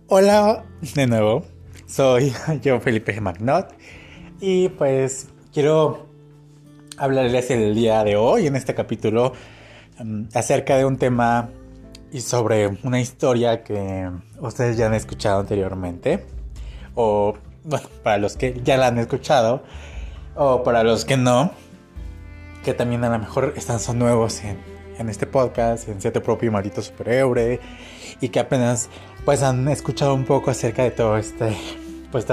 Hola de nuevo, soy yo Felipe G. McNaught y pues quiero hablarles el día de hoy en este capítulo acerca de un tema y sobre una historia que ustedes ya han escuchado anteriormente o bueno, para los que ya la han escuchado o para los que no, que también a lo mejor son nuevos en este podcast, en Siete Propio y Maldito Superhéroe, y que apenas pues han escuchado un poco acerca de todo pues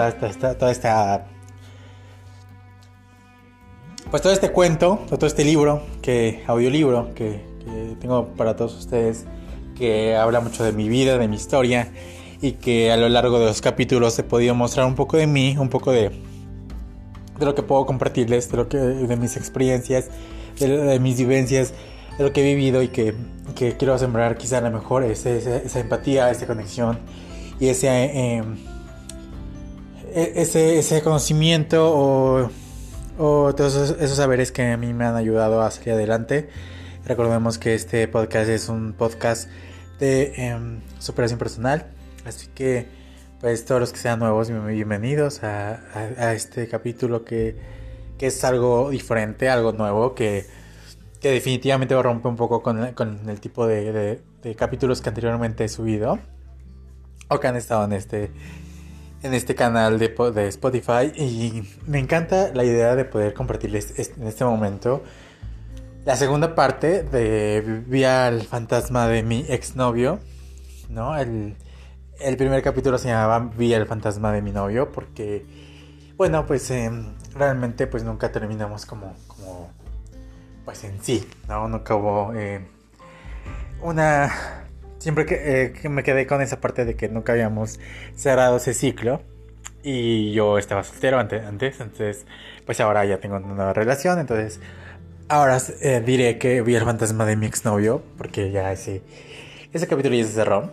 todo este cuento, todo este libro, audiolibro que tengo para todos ustedes, que habla mucho de mi vida, de mi historia, y que a lo largo de los capítulos he podido mostrar un poco de mí, un poco de lo que puedo compartirles, de mis experiencias, de mis vivencias, de lo que he vivido y que quiero sembrar quizá a lo mejor esa empatía, esa conexión y ese conocimiento o todos esos saberes que a mí me han ayudado a salir adelante. Recordemos que este podcast es un podcast de superación personal, así que pues todos los que sean nuevos, bienvenidos a este capítulo que es algo diferente, algo nuevo, que definitivamente rompe un poco con el tipo de capítulos que anteriormente he subido o que han estado en este canal de Spotify. Y me encanta la idea de poder compartirles en este momento la segunda parte de Vi al fantasma de mi exnovio, ¿no? El primer capítulo se llamaba Vi al fantasma de mi novio porque, bueno, pues realmente pues nunca terminamos como pues en sí, ¿no? Nunca hubo una... Siempre que me quedé con esa parte de que nunca habíamos cerrado ese ciclo y yo estaba soltero antes, entonces pues ahora ya tengo una nueva relación, entonces ahora diré que vi el fantasma de mi exnovio porque ya ese capítulo ya se cerró.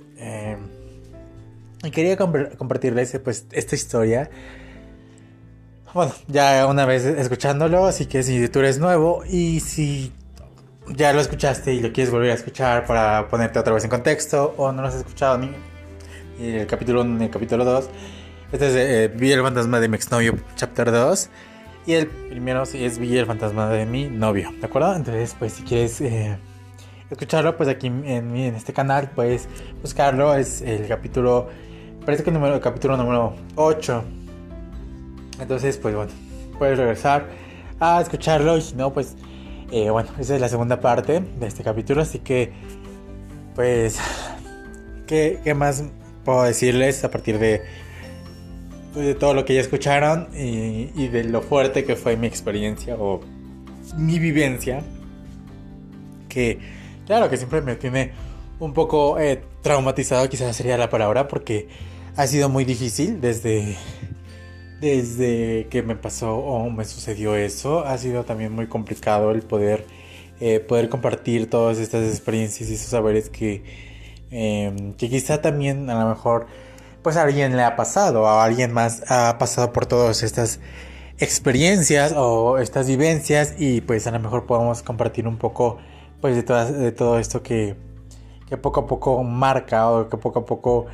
Y quería compartirles pues esta historia. Bueno, ya una vez escuchándolo, así que si tú eres nuevo y si ya lo escuchaste y lo quieres volver a escuchar para ponerte otra vez en contexto o no lo has escuchado ni el capítulo 1 ni el capítulo 2, este es Vi el fantasma de mi exnovio chapter 2 y el primero sí es Vi el fantasma de mi novio, ¿de acuerdo? Entonces pues si quieres escucharlo pues aquí en este canal puedes buscarlo, es el capítulo, parece que el capítulo número 8. Entonces pues bueno, puedes regresar a escucharlo y si no pues bueno, esa es la segunda parte de este capítulo, así que pues ¿qué más puedo decirles a partir pues, de todo lo que ya escucharon y de lo fuerte que fue mi experiencia o mi vivencia, que claro que siempre me tiene un poco traumatizado, quizás sería la palabra, porque ha sido muy difícil desde que me pasó o me sucedió eso. Ha sido también muy complicado el poder compartir todas estas experiencias y esos saberes que quizá también a lo mejor pues a alguien le ha pasado, a alguien más ha pasado por todas estas experiencias o estas vivencias, y pues a lo mejor podemos compartir un poco pues de todo esto que poco a poco marca o que poco a poco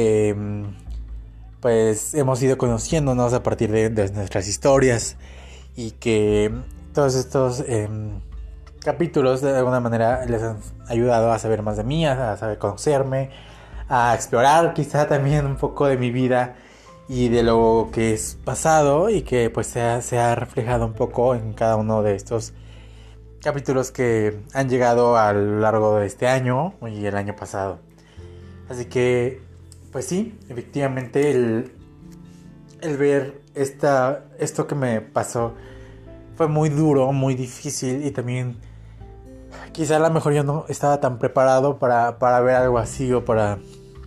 pues hemos ido conociéndonos a partir de nuestras historias, y que todos estos capítulos de alguna manera les han ayudado a saber más de mí, a saber conocerme, a explorar quizá también un poco de mi vida y de lo que es pasado, y que pues se ha reflejado un poco en cada uno de estos capítulos que han llegado a lo largo de este año y el año pasado. Así que pues sí, efectivamente el ver esto que me pasó fue muy duro, muy difícil, y también quizá a lo mejor yo no estaba tan preparado para ver algo así o para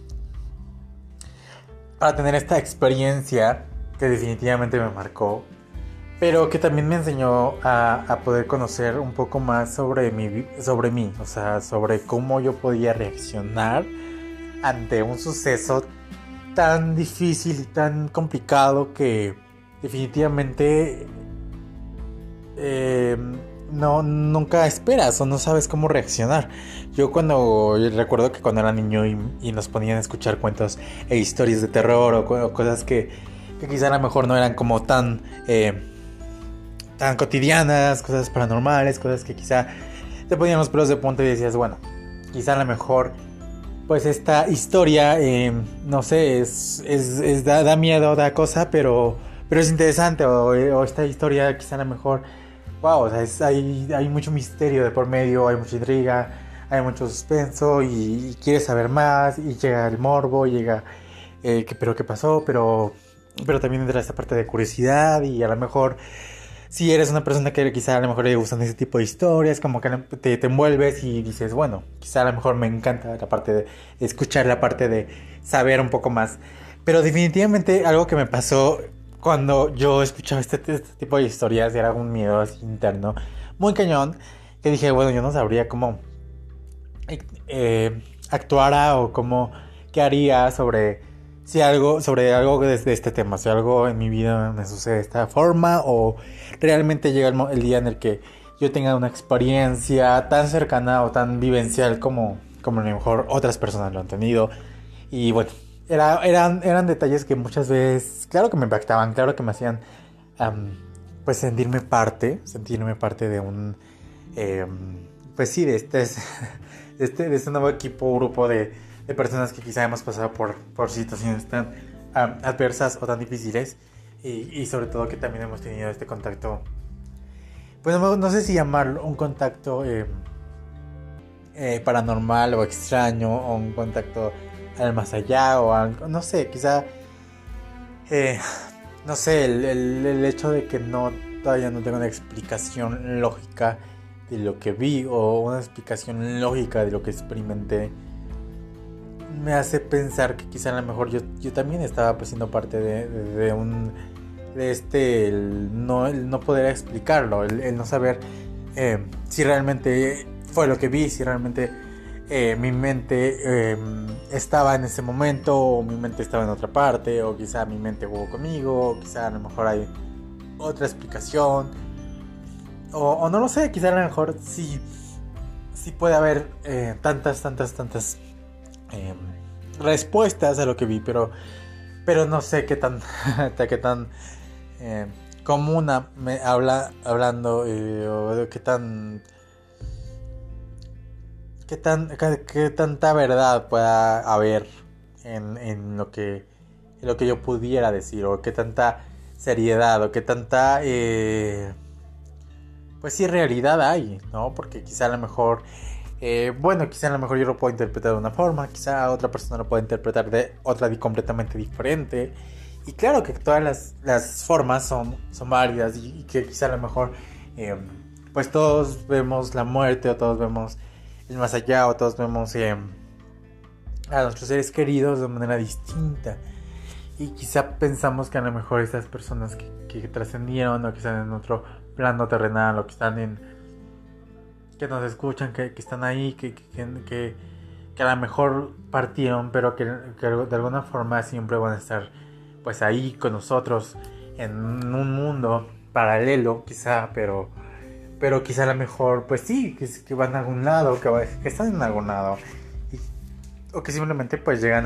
tener esta experiencia que definitivamente me marcó, pero que también me enseñó a poder conocer un poco más sobre mí, o sea, sobre cómo yo podía reaccionar ante un suceso tan difícil y tan complicado que definitivamente nunca esperas o no sabes cómo reaccionar. Yo recuerdo que cuando era niño y nos ponían a escuchar cuentos e historias de terror o cosas que quizá a lo mejor no eran como tan cotidianas, cosas paranormales, cosas que quizá te ponían los pelos de punta y decías, bueno, quizá a lo mejor pues esta historia, no sé, da miedo, da cosa, pero es interesante, o esta historia quizá a lo mejor, wow, o sea, hay mucho misterio de por medio, hay mucha intriga, hay mucho suspenso y quieres saber más y llega el morbo, llega, pero qué pasó, pero también entra esta parte de curiosidad y a lo mejor si eres una persona que quizá a lo mejor le gustan ese tipo de historias, como que te envuelves y dices, bueno, quizá a lo mejor me encanta la parte de escuchar, la parte de saber un poco más. Pero definitivamente algo que me pasó cuando yo escuchaba este tipo de historias era un miedo así interno, muy cañón, que dije, bueno, yo no sabría cómo actuara o cómo, qué haría sobre algo de este tema, si algo en mi vida me sucede de esta forma o realmente llega el día en el que yo tenga una experiencia tan cercana o tan vivencial como a lo mejor otras personas lo han tenido. Y bueno, eran detalles que muchas veces, claro que me impactaban, claro que me hacían pues sentirme parte de un, pues sí, de este nuevo equipo, grupo de personas que quizá hemos pasado por situaciones tan adversas o tan difíciles y sobre todo que también hemos tenido este contacto, pues no sé si llamarlo un contacto paranormal o extraño o un contacto al más allá o algo, no sé, quizá eh, no sé, el hecho de que todavía no tengo una explicación lógica de lo que vi o una explicación lógica de lo que experimenté me hace pensar que quizá a lo mejor yo también estaba pues siendo parte de un de el no poder explicarlo, el no saber si realmente fue lo que vi, si realmente mi mente estaba en ese momento o mi mente estaba en otra parte o quizá mi mente jugó conmigo o quizá a lo mejor hay otra explicación o no lo sé, quizá a lo mejor sí puede haber tantas eh, respuestas a lo que vi, pero no sé qué tan qué tan eh, común me hablando o qué tanta verdad pueda haber en lo que yo pudiera decir o qué tanta seriedad o qué tanta pues sí realidad hay, ¿no? Porque quizá a lo mejor quizá a lo mejor yo lo puedo interpretar de una forma, quizá otra persona lo puede interpretar de otra completamente diferente. Y claro que todas las formas son válidas y que quizá a lo mejor pues todos vemos la muerte o todos vemos el más allá o todos vemos a nuestros seres queridos de manera distinta. Y quizá pensamos que a lo mejor estas personas que trascendieron o que están en otro plano terrenal o que están que nos escuchan, que están ahí, que a lo mejor partieron, pero que de alguna forma siempre van a estar pues ahí con nosotros en un mundo paralelo quizá, pero quizá a lo mejor pues sí, que van a algún lado, que están en algún lado o que simplemente pues llegan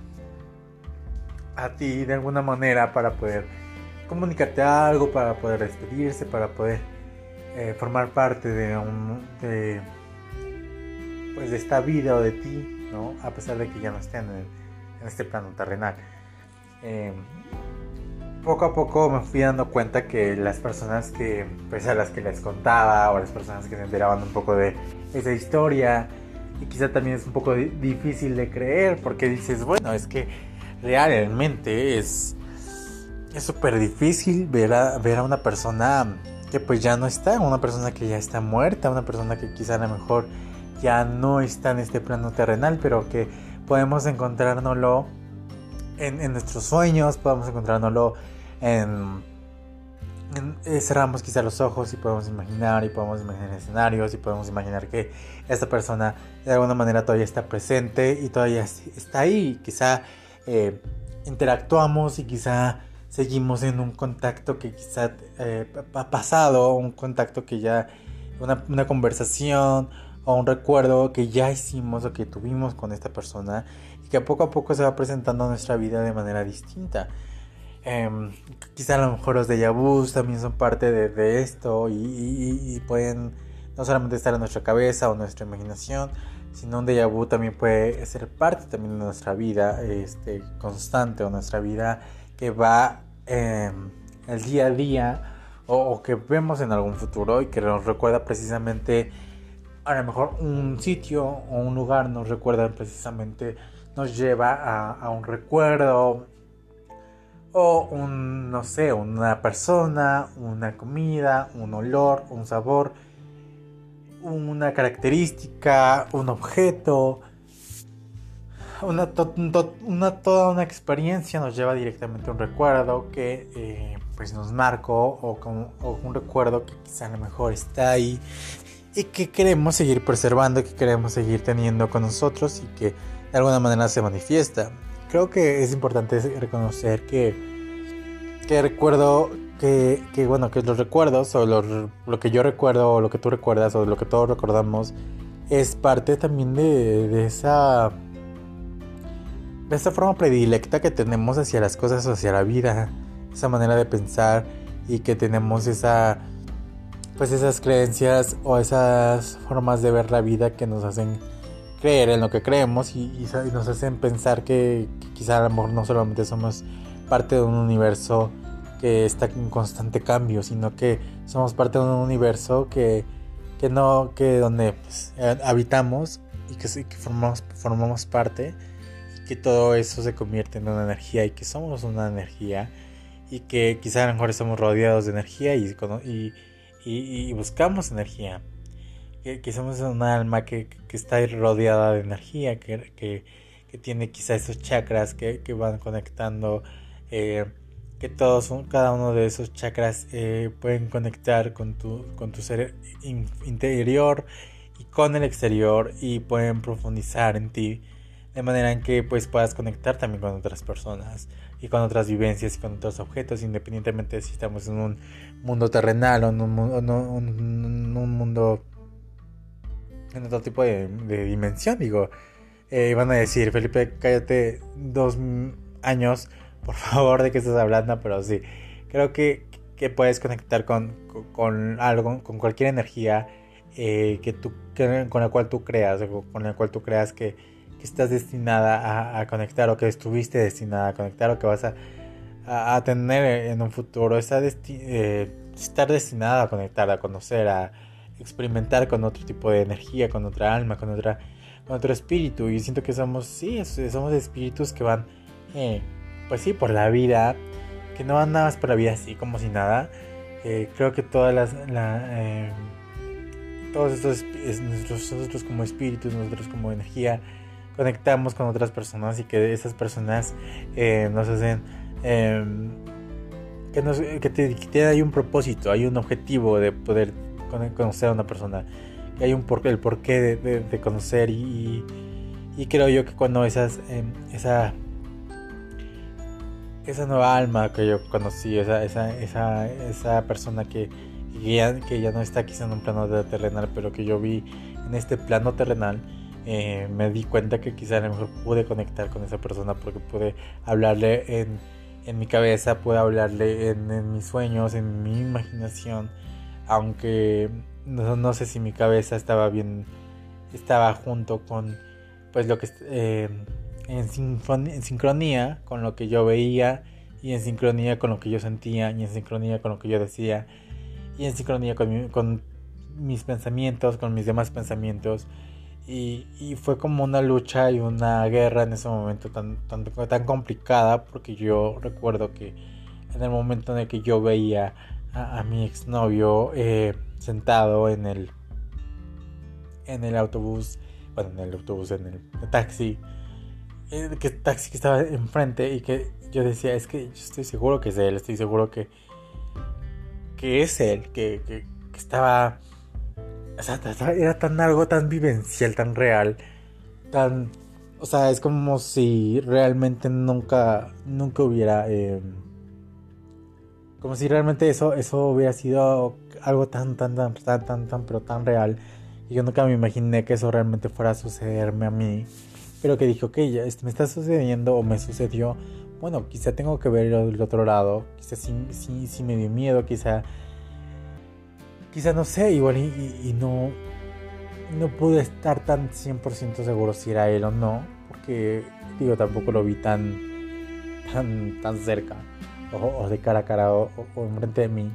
a ti de alguna manera para poder comunicarte algo, para poder despedirse, para poder formar parte pues de esta vida o de ti, ¿no? A pesar de que ya no estén en este plano terrenal. Poco a poco me fui dando cuenta que las personas pues a las que les contaba o las personas que se enteraban un poco de esa historia y quizá también es un poco difícil de creer porque dices, bueno, es que realmente es súper difícil ver a una persona que pues ya no está, una persona que ya está muerta, una persona que quizá a lo mejor ya no está en este plano terrenal, pero que podemos encontrárnoslo en nuestros sueños, podemos encontrárnoslo cerramos quizá los ojos y podemos imaginar escenarios y podemos imaginar que esta persona de alguna manera todavía está presente y todavía está ahí, quizá interactuamos y quizá seguimos en un contacto que quizá ha pasado, un contacto que ya una conversación o un recuerdo que ya hicimos o que tuvimos con esta persona y que poco a poco se va presentando en nuestra vida de manera distinta. Quizá a lo mejor los déjà vus también son parte de esto y pueden no solamente estar en nuestra cabeza o nuestra imaginación, sino un déjà vu también puede ser parte también de nuestra vida constante, o nuestra vida que va el día a día o que vemos en algún futuro y que nos recuerda precisamente, a lo mejor un sitio o un lugar nos recuerda precisamente, nos lleva a un recuerdo o no sé, una persona, una comida, un olor, un sabor, una característica, un objeto, toda una experiencia nos lleva directamente a un recuerdo que pues nos marcó o un recuerdo que quizá a lo mejor está ahí y que queremos seguir preservando, que queremos seguir teniendo con nosotros y que de alguna manera se manifiesta. Creo que es importante reconocer que recuerdo que bueno, que los recuerdos o lo que yo recuerdo o lo que tú recuerdas o lo que todos recordamos es parte también de esa forma predilecta que tenemos hacia las cosas, hacia la vida, esa manera de pensar y que tenemos esas creencias o esas formas de ver la vida que nos hacen creer en lo que creemos y nos hacen pensar que quizá a lo mejor no solamente somos parte de un universo que está en constante cambio, sino que somos parte de un universo que donde pues, habitamos y que formamos parte, y que todo eso se convierte en una energía y que somos una energía y que quizá a lo mejor estamos rodeados de energía y buscamos energía, que somos un alma que está rodeada de energía, que tiene quizá esos chakras que van conectando, que cada uno de esos chakras pueden conectar con tu ser interior y con el exterior y pueden profundizar en ti de manera en que pues puedas conectar también con otras personas y con otras vivencias y con otros objetos, independientemente de si estamos en un mundo terrenal o en un mundo en otro tipo de dimensión. Digo, van a decir, Felipe, cállate 2 años, por favor, de qué estás hablando, pero sí, creo que puedes conectar con algo, con cualquier energía con la cual tú creas, o con la cual tú creas que estás destinada a conectar, o que estuviste destinada a conectar, o que vas a tener en un futuro. Estar destinada a conectar, a conocer, a experimentar con otro tipo de energía, con otra alma, con otro espíritu. Y siento que somos espíritus que van pues sí, por la vida, que no van nada más por la vida así como si nada. Creo que todos estos nosotros como espíritus, nosotros como energía, conectamos con otras personas y que esas personas nos hacen que hay un propósito, hay un objetivo de poder conocer a una persona, que hay el porqué de conocer y creo yo que cuando esa nueva alma que yo conocí, esa persona que ya no está quizá en un plano terrenal, pero que yo vi en este plano terrenal, me di cuenta que quizá a lo mejor pude conectar con esa persona porque pude hablarle en mi cabeza, pude hablarle en mis sueños, en mi imaginación, aunque no sé si mi cabeza estaba junto con pues lo que en sincronía con lo que yo veía, y en sincronía con lo que yo sentía, y en sincronía con lo que yo decía, y en sincronía con mis pensamientos, con mis demás pensamientos. Y fue como una lucha y una guerra en ese momento tan complicada, porque yo recuerdo que en el momento en el que yo veía a mi exnovio sentado en el autobús, en el taxi, taxi que estaba enfrente, y que yo decía, es que yo estoy seguro que es él, estoy seguro que es él, que estaba, o sea, era algo tan vivencial, tan real, o sea, es como si realmente nunca hubiera Como si realmente eso hubiera sido algo pero tan real. Y yo nunca me imaginé que eso realmente fuera a sucederme a mí. Pero que dije, ok, ya me está sucediendo o me sucedió. Bueno, quizá tengo que ver el otro lado. Quizá sí me dio miedo, quizá no sé, igual y no pude estar tan 100% seguro si era él o no. Porque, digo, tampoco lo vi tan cerca. O de cara a cara o enfrente de mí.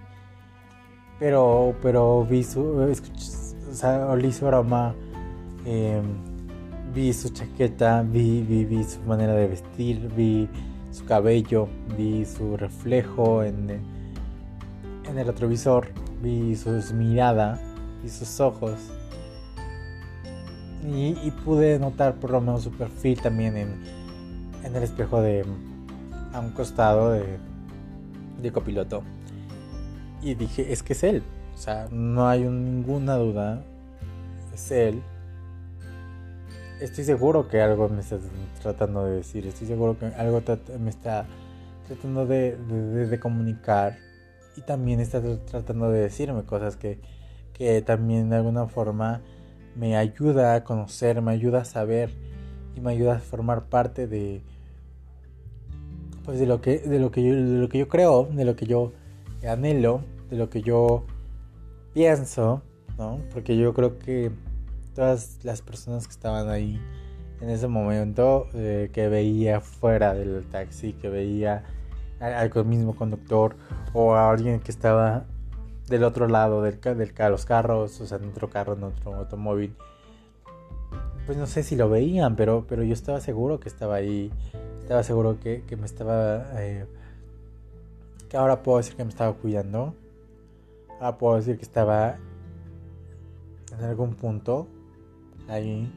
Pero vi o sea, olí su aroma, eh, vi su chaqueta, vi su manera de vestir, vi su cabello, vi su reflejo en el retrovisor, vi su mirada, vi sus ojos y pude notar por lo menos su perfil también en el espejo a un costado de copiloto. Y dije, es que es él. O sea, no hay ninguna duda. Es él. Estoy seguro que algo me está tratando de decir. Estoy seguro que algo me está tratando de comunicar. Y también está tratando de decirme cosas que también de alguna forma me ayuda a conocer, me ayuda a saber y me ayuda a formar parte pues de lo que yo creo, de lo que yo anhelo, de lo que yo pienso, ¿no? Porque yo creo que todas las personas que estaban ahí en ese momento, que veía fuera del taxi, que veía al mismo conductor o a alguien que estaba del otro lado los carros, o sea, en otro carro, en otro automóvil, pues no sé si lo veían, pero yo estaba seguro que estaba ahí, estaba seguro que me estaba, que ahora puedo decir que me estaba cuidando. Ahora puedo decir que estaba en algún punto ahí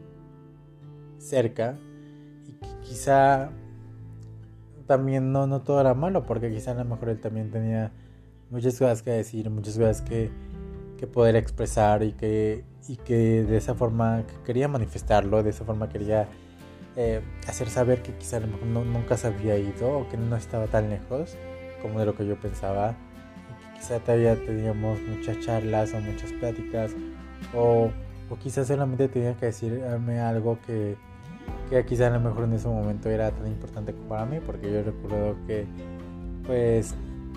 cerca y que quizá también no todo era malo, porque quizá a lo mejor él también tenía muchas cosas que decir, muchas cosas que poder expresar y que de esa forma quería manifestarlo, de esa forma quería hacer saber que quizá a lo mejor nunca se había ido o que no estaba tan lejos como de lo que yo pensaba. Quizá todavía teníamos muchas charlas o muchas pláticas o quizás solamente tenía que decirme algo que quizá a lo mejor en ese momento era tan importante para mí, porque yo recuerdo que pues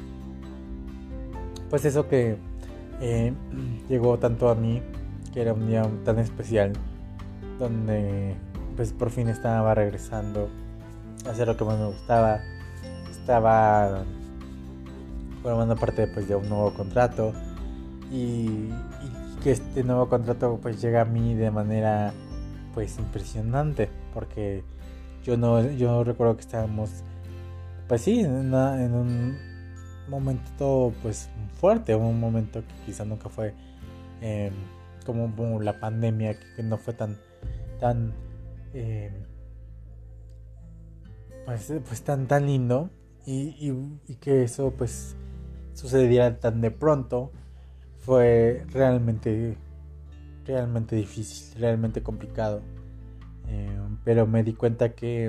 eso que llegó tanto a mí, que era un día tan especial donde pues por fin estaba regresando a hacer lo que más me gustaba, estaba formando parte pues de un nuevo contrato y que este nuevo contrato pues llega a mí de manera pues impresionante, porque yo recuerdo que estábamos pues sí en un momento pues fuerte, un momento que quizá nunca fue eh, como la pandemia, que no fue tan eh, pues tan lindo y que eso pues sucediera tan de pronto fue realmente difícil, realmente complicado. Pero me di cuenta que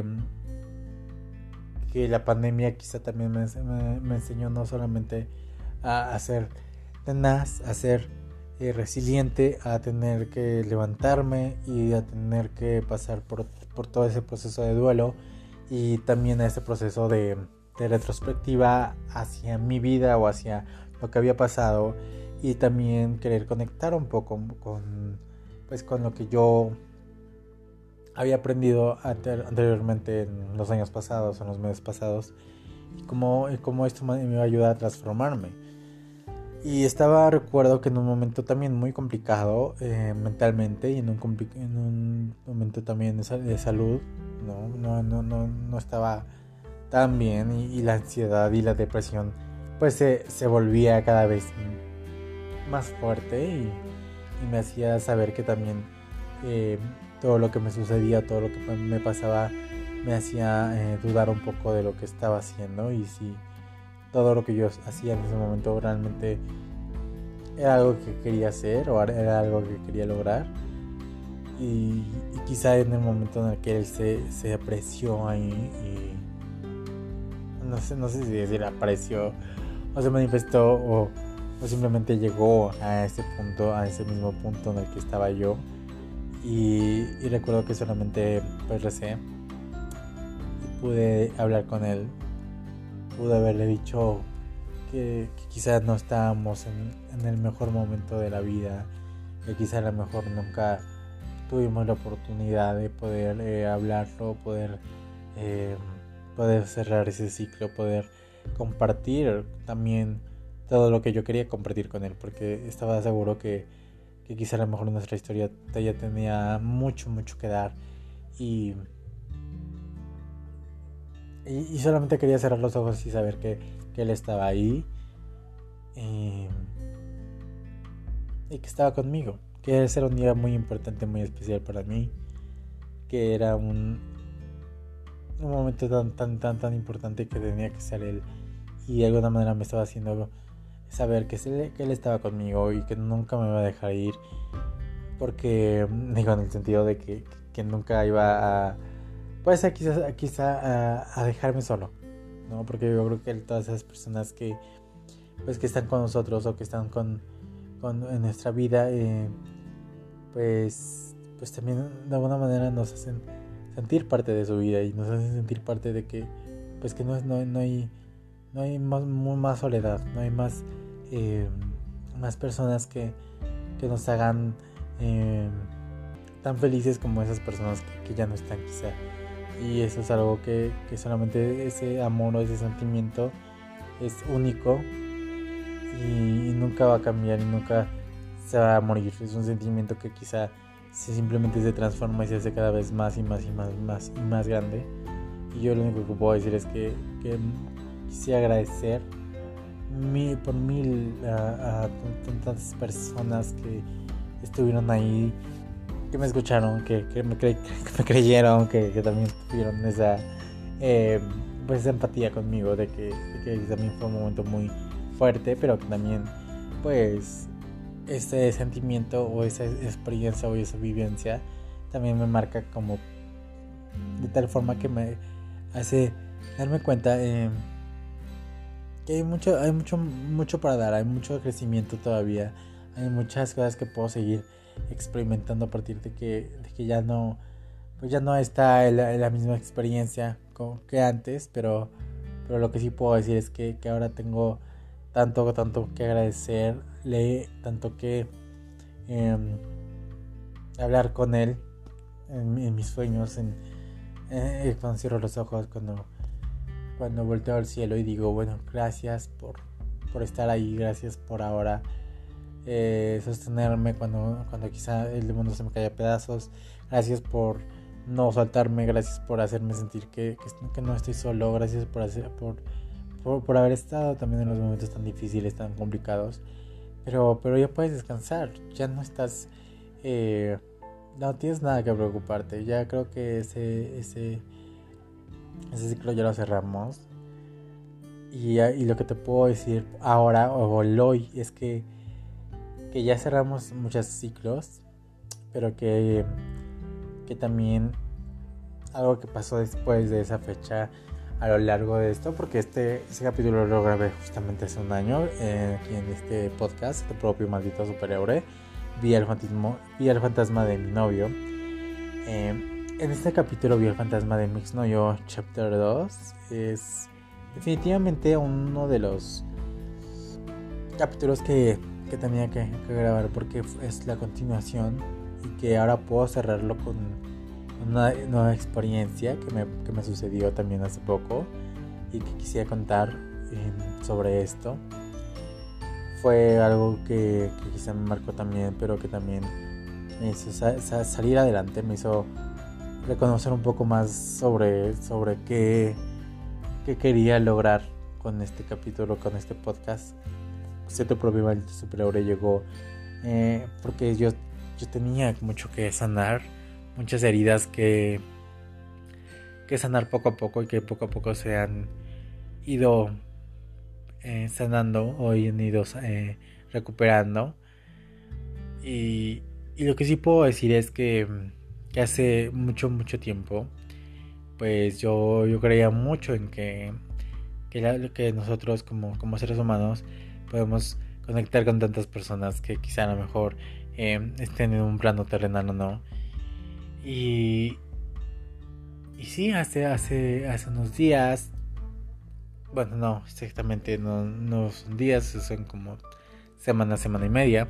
la pandemia quizá también me enseñó no solamente a ser tenaz, a ser resiliente, a tener que levantarme y a tener que pasar por todo ese proceso de duelo y también a ese proceso de retrospectiva hacia mi vida o hacia lo que había pasado, y también querer conectar un poco con lo que yo había aprendido anteriormente en los años pasados, en los meses pasados, y cómo esto me iba a ayudar a transformarme. Y recuerdo que en un momento también muy complicado mentalmente y en un momento también de salud, no estaba tan bien, y la ansiedad y la depresión pues se volvía cada vez más fuerte y me hacía saber que también todo lo que me sucedía, todo lo que me pasaba me hacía dudar un poco de lo que estaba haciendo y si todo lo que yo hacía en ese momento realmente era algo que quería hacer o era algo que quería lograr. Y quizá en el momento en el que él se apreció ahí y no sé si decir apreció o se manifestó o simplemente llegó a ese punto, a ese mismo punto en el que estaba yo. Y recuerdo que solamente pues recé y pude hablar con él. Pude haberle dicho que quizás no estábamos en el mejor momento de la vida, que quizás a lo mejor nunca tuvimos la oportunidad de poder hablarlo, eh, poder cerrar ese ciclo, poder compartir también todo lo que yo quería compartir con él, porque estaba seguro que quizá a lo mejor nuestra historia ya tenía mucho, mucho que dar y, y solamente quería cerrar los ojos y saber que él estaba ahí y, y que estaba conmigo, que ese era un día muy importante, muy especial para mí, que era un momento tan importante que tenía que ser él y de alguna manera me estaba haciendo saber que él estaba conmigo y que nunca me iba a dejar ir, porque digo en el sentido de que nunca iba a puede ser quizá a dejarme solo, ¿no? Porque yo creo que todas esas personas que pues que están con nosotros o que están en nuestra vida pues también de alguna manera nos hacen sentir parte de su vida y nos hacen sentir parte de que pues que no hay más soledad, no hay eh, más personas que nos hagan tan felices como esas personas que ya no están quizá. Y eso es algo que solamente ese amor o ese sentimiento es único y nunca va a cambiar y nunca se va a morir. Es un sentimiento que quizá simplemente se transforma y se hace cada vez más y más grande. Y yo lo único que puedo decir es que quisiera agradecer por mil a tantas personas que estuvieron ahí, que me escucharon, que me creyeron, que también tuvieron esa pues empatía conmigo de que también fue un momento muy fuerte, pero que también pues ese sentimiento o esa experiencia o esa vivencia también me marca como de tal forma que me hace darme cuenta que hay mucho para dar, hay mucho crecimiento todavía, hay muchas cosas que puedo seguir experimentando a partir de que ya no pues ya no está la misma experiencia que antes, pero lo que sí puedo decir es que ahora tengo tanto que agradecerle, tanto que eh, hablar con él en mis sueños, cuando cierro los ojos, cuando volteo al cielo y digo, bueno, gracias por estar ahí, gracias por ahora sostenerme cuando quizá el mundo se me cae a pedazos, gracias por no soltarme, gracias por hacerme sentir que no estoy solo, gracias por haber estado también en los momentos tan difíciles, tan complicados, pero ya puedes descansar, ya no estás, no tienes nada que preocuparte, ya creo que ese ciclo ya lo cerramos y lo que te puedo decir ahora o hoy es que ya cerramos muchos ciclos, pero que también algo que pasó después de esa fecha a lo largo de esto, porque este capítulo lo grabé justamente hace un año aquí en este podcast, Tu propio maldito superhéroe, vi el fantasma de mi novio. En este capítulo vi el fantasma de mi exnovio, chapter 2. Es definitivamente uno de los capítulos que tenía que grabar porque es la continuación y que ahora puedo cerrarlo con una nueva experiencia que me sucedió también hace poco y que quisiera contar sobre esto. Fue algo que quizá me marcó también, pero que también me hizo salir adelante, me hizo reconocer un poco más sobre qué quería lograr con este capítulo, con este podcast. Sé tu propio maldito superhéroe llegó porque yo tenía mucho que sanar, muchas heridas que sanar poco a poco y que poco a poco se han ido sanando o han ido recuperando y lo que sí puedo decir es que hace mucho tiempo pues yo creía mucho en que que nosotros como seres humanos podemos conectar con tantas personas que quizá a lo mejor estén en un plano terrenal o no. Y, y sí, hace unos días, bueno, no, exactamente, no son días, son como semana y media.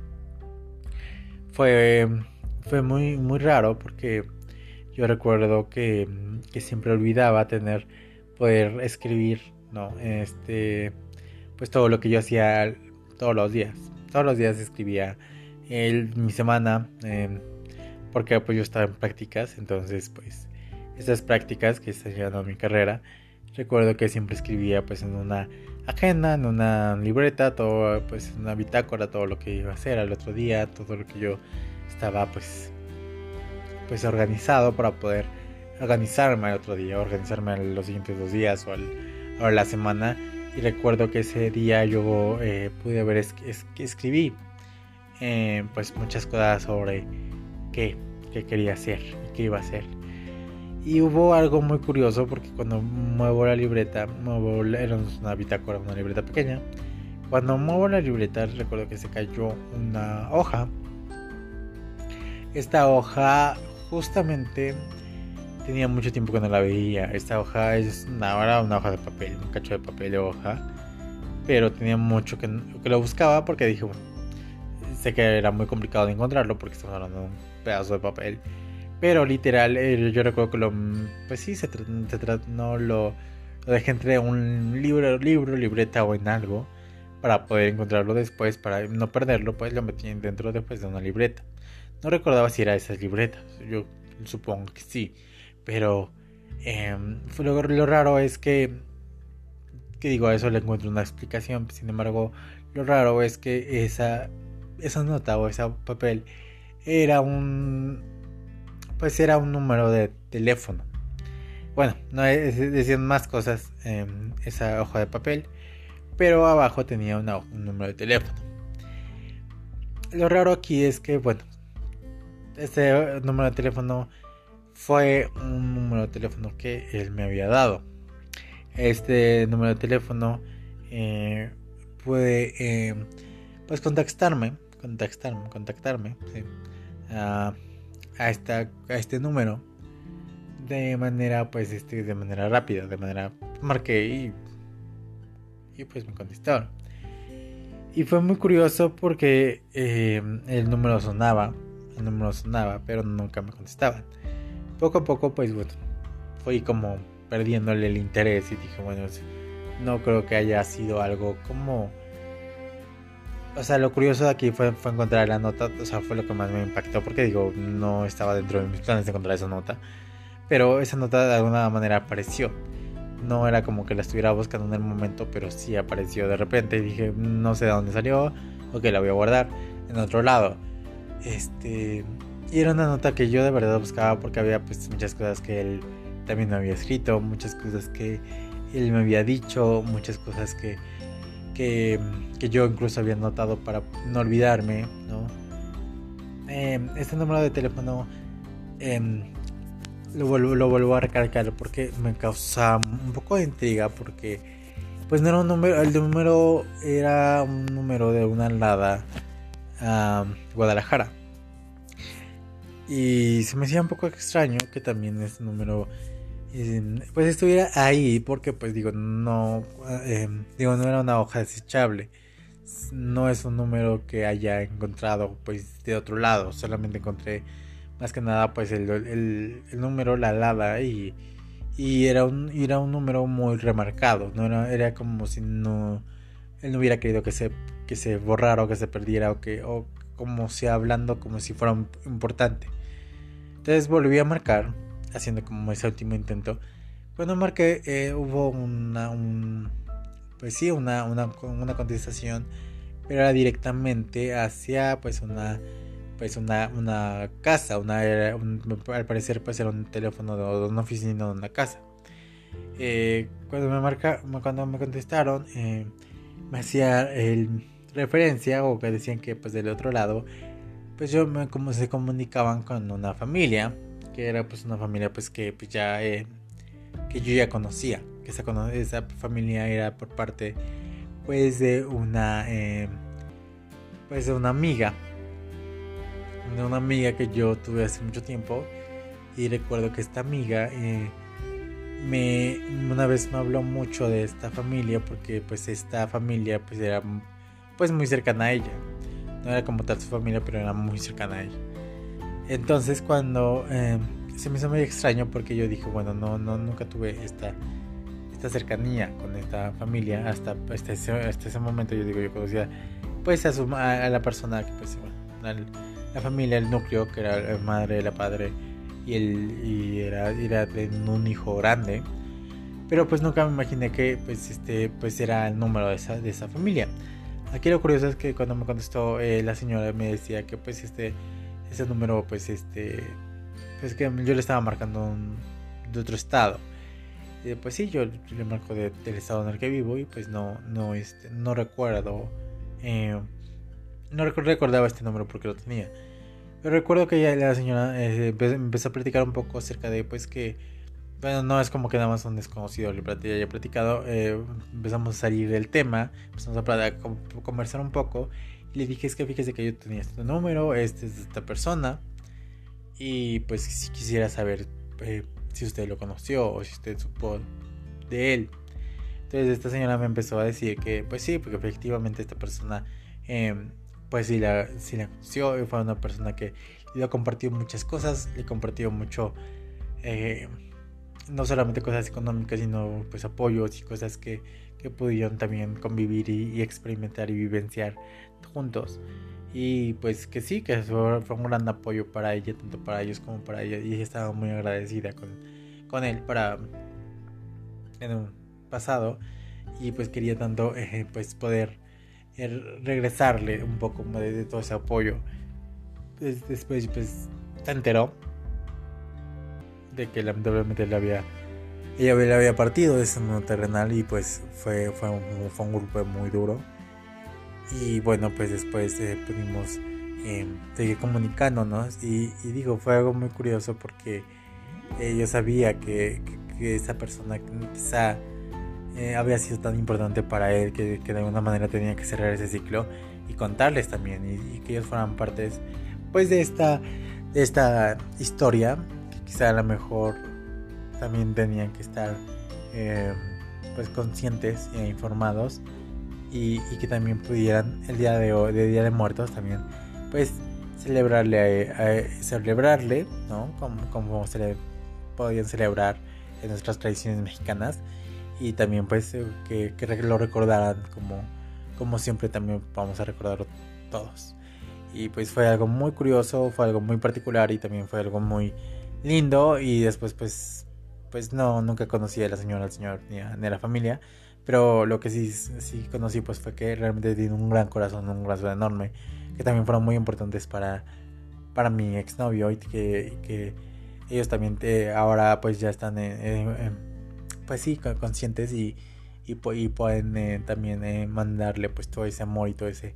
Fue, fue muy raro porque yo recuerdo que siempre olvidaba poder escribir, ¿no? Pues todo lo que yo hacía todos los días. Todos los días escribía mi semana, porque pues yo estaba en prácticas, entonces pues estas prácticas que está llegando a mi carrera, recuerdo que siempre escribía pues en una agenda, en una libreta, todo pues en una bitácora, todo lo que iba a hacer al otro día, todo lo que yo estaba pues organizado para poder organizarme al otro día, organizarme a los siguientes 2 días o a la semana. Y recuerdo que ese día yo pude ver que escribí pues muchas cosas sobre qué quería hacer y qué iba a hacer. Y hubo algo muy curioso porque cuando muevo la libreta, era una bitácora, una libreta pequeña. Cuando muevo la libreta recuerdo que se cayó una hoja. Esta hoja justamente tenía mucho tiempo que no la veía. Esta hoja era una hoja de papel, un cacho de papel de hoja. Pero tenía mucho que lo buscaba porque dije, bueno, sé que era muy complicado de encontrarlo porque estamos hablando de un pedazo de papel. Pero literal, yo recuerdo que pues sí, no lo dejé entre un libreta o en algo para poder encontrarlo después, para no perderlo, pues lo metí dentro después de una libreta. No recordaba si era esas libretas, yo supongo que sí, pero lo raro es que digo, a eso le encuentro una explicación. Sin embargo, lo raro es que esa nota o ese papel era era un número de teléfono. Bueno, no decían más cosas en esa hoja de papel, pero abajo tenía un número de teléfono. Lo raro aquí es que, bueno, este número de teléfono fue un número de teléfono que él me había dado. Este número de teléfono puede pues contactarme ¿sí? a este número de manera de manera rápida, marqué y pues me contestaron. Y fue muy curioso porque el número sonaba, pero nunca me contestaban. Poco a poco pues bueno, fui como perdiéndole el interés y dije, bueno, no creo que haya sido algo como... O sea, lo curioso de aquí fue encontrar la nota. O sea, fue lo que más me impactó porque digo, no estaba dentro de mis planes de encontrar esa nota. Pero esa nota de alguna manera apareció. No era como que la estuviera buscando en el momento, pero sí apareció de repente. Y dije, no sé de dónde salió. Ok, la voy a guardar en otro lado. Y era una nota que yo de verdad buscaba porque había pues muchas cosas que él también me había escrito, muchas cosas que él me había dicho, muchas cosas que yo incluso había notado para no olvidarme, ¿no? Este número de teléfono lo vuelvo a recalcar porque me causa un poco de intriga porque pues no era un número, el número era un número de una alada a Guadalajara. Y se me hacía un poco extraño que también ese número pues estuviera ahí porque pues no era una hoja desechable, no es un número que haya encontrado pues de otro lado, solamente encontré más que nada pues el número, la alada y era un número muy remarcado, no era como si él no hubiera querido que se borrara o que se perdiera o como si hablando como si fuera importante. Entonces volví a marcar, haciendo como ese último intento. Cuando marqué hubo una contestación, pero era directamente hacia una casa, al parecer pues era un teléfono de una oficina de una casa. Cuando me contestaron me hacía referencia o que decían que pues del otro lado pues como se comunicaban con una familia que era pues una familia pues que pues ya que yo ya conocía. esa familia era por parte pues de una pues de una amiga que yo tuve hace mucho tiempo. Y recuerdo que esta amiga una vez me habló mucho de esta familia, porque pues esta familia pues era pues muy cercana a ella. No era como tal su familia, pero era muy cercana a ella. Entonces cuando se me hizo muy extraño, porque yo dije, bueno, nunca tuve esta cercanía con esta familia hasta ese momento. Yo digo, yo conocía pues a la persona que pues bueno, la familia, el núcleo, que era la madre, la padre y era de un hijo grande. Pero pues nunca me imaginé que pues era el número de esa familia. Aquí lo curioso es que cuando me contestó la señora, me decía que pues ese número pues pues que yo le estaba marcando de otro estado. Pues sí, yo le marco del estado en el que vivo, y pues no recuerdo, no recordaba este número porque lo tenía. Pero recuerdo que ya la señora empezó a platicar un poco acerca de pues que, bueno, no es como que nada más un desconocido le haya platicado. Empezamos a salir del tema, empezamos a conversar un poco, y le dije, es que fíjese que yo tenía este número, este es de esta persona, y pues si quisiera saber si usted lo conoció o si usted supo de él. Entonces esta señora me empezó a decir que pues sí, porque efectivamente esta persona pues sí la conoció, y fue una persona que le ha compartido muchas cosas, le compartió mucho, no solamente cosas económicas, sino pues apoyos y cosas que pudieron también convivir y experimentar y vivenciar juntos. Y pues que sí, que fue un gran apoyo para ella, tanto para ellos como para ella, y ella estaba muy agradecida con él en un pasado. Y pues quería tanto pues poder regresarle un poco de todo ese apoyo. Después pues se enteró de que lamentablemente ella le había partido de ese mundo terrenal, y pues fue un golpe muy duro. Y bueno, pues después pudimos seguir comunicándonos, y digo, fue algo muy curioso, porque yo sabía que esa persona quizá había sido tan importante para él, que de alguna manera tenía que cerrar ese ciclo y contarles también, y que ellos fueran partes pues de esta historia, que quizá a lo mejor también tenían que estar pues conscientes e informados, y que también pudieran el día de hoy, de Día de Muertos, también pues celebrarle, ¿no? Como se le podían celebrar en nuestras tradiciones mexicanas, y también pues que lo recordaran como siempre también vamos a recordarlo todos. Y pues fue algo muy curioso, fue algo muy particular, y también fue algo muy lindo. Y después pues nunca conocí a la señora, al señor, ni a la familia, pero lo que sí conocí pues fue que realmente tiene un gran corazón enorme, que también fueron muy importantes para mi exnovio, y que ellos también ahora pues ya están pues sí, conscientes, y pueden también mandarle pues todo ese amor y todo ese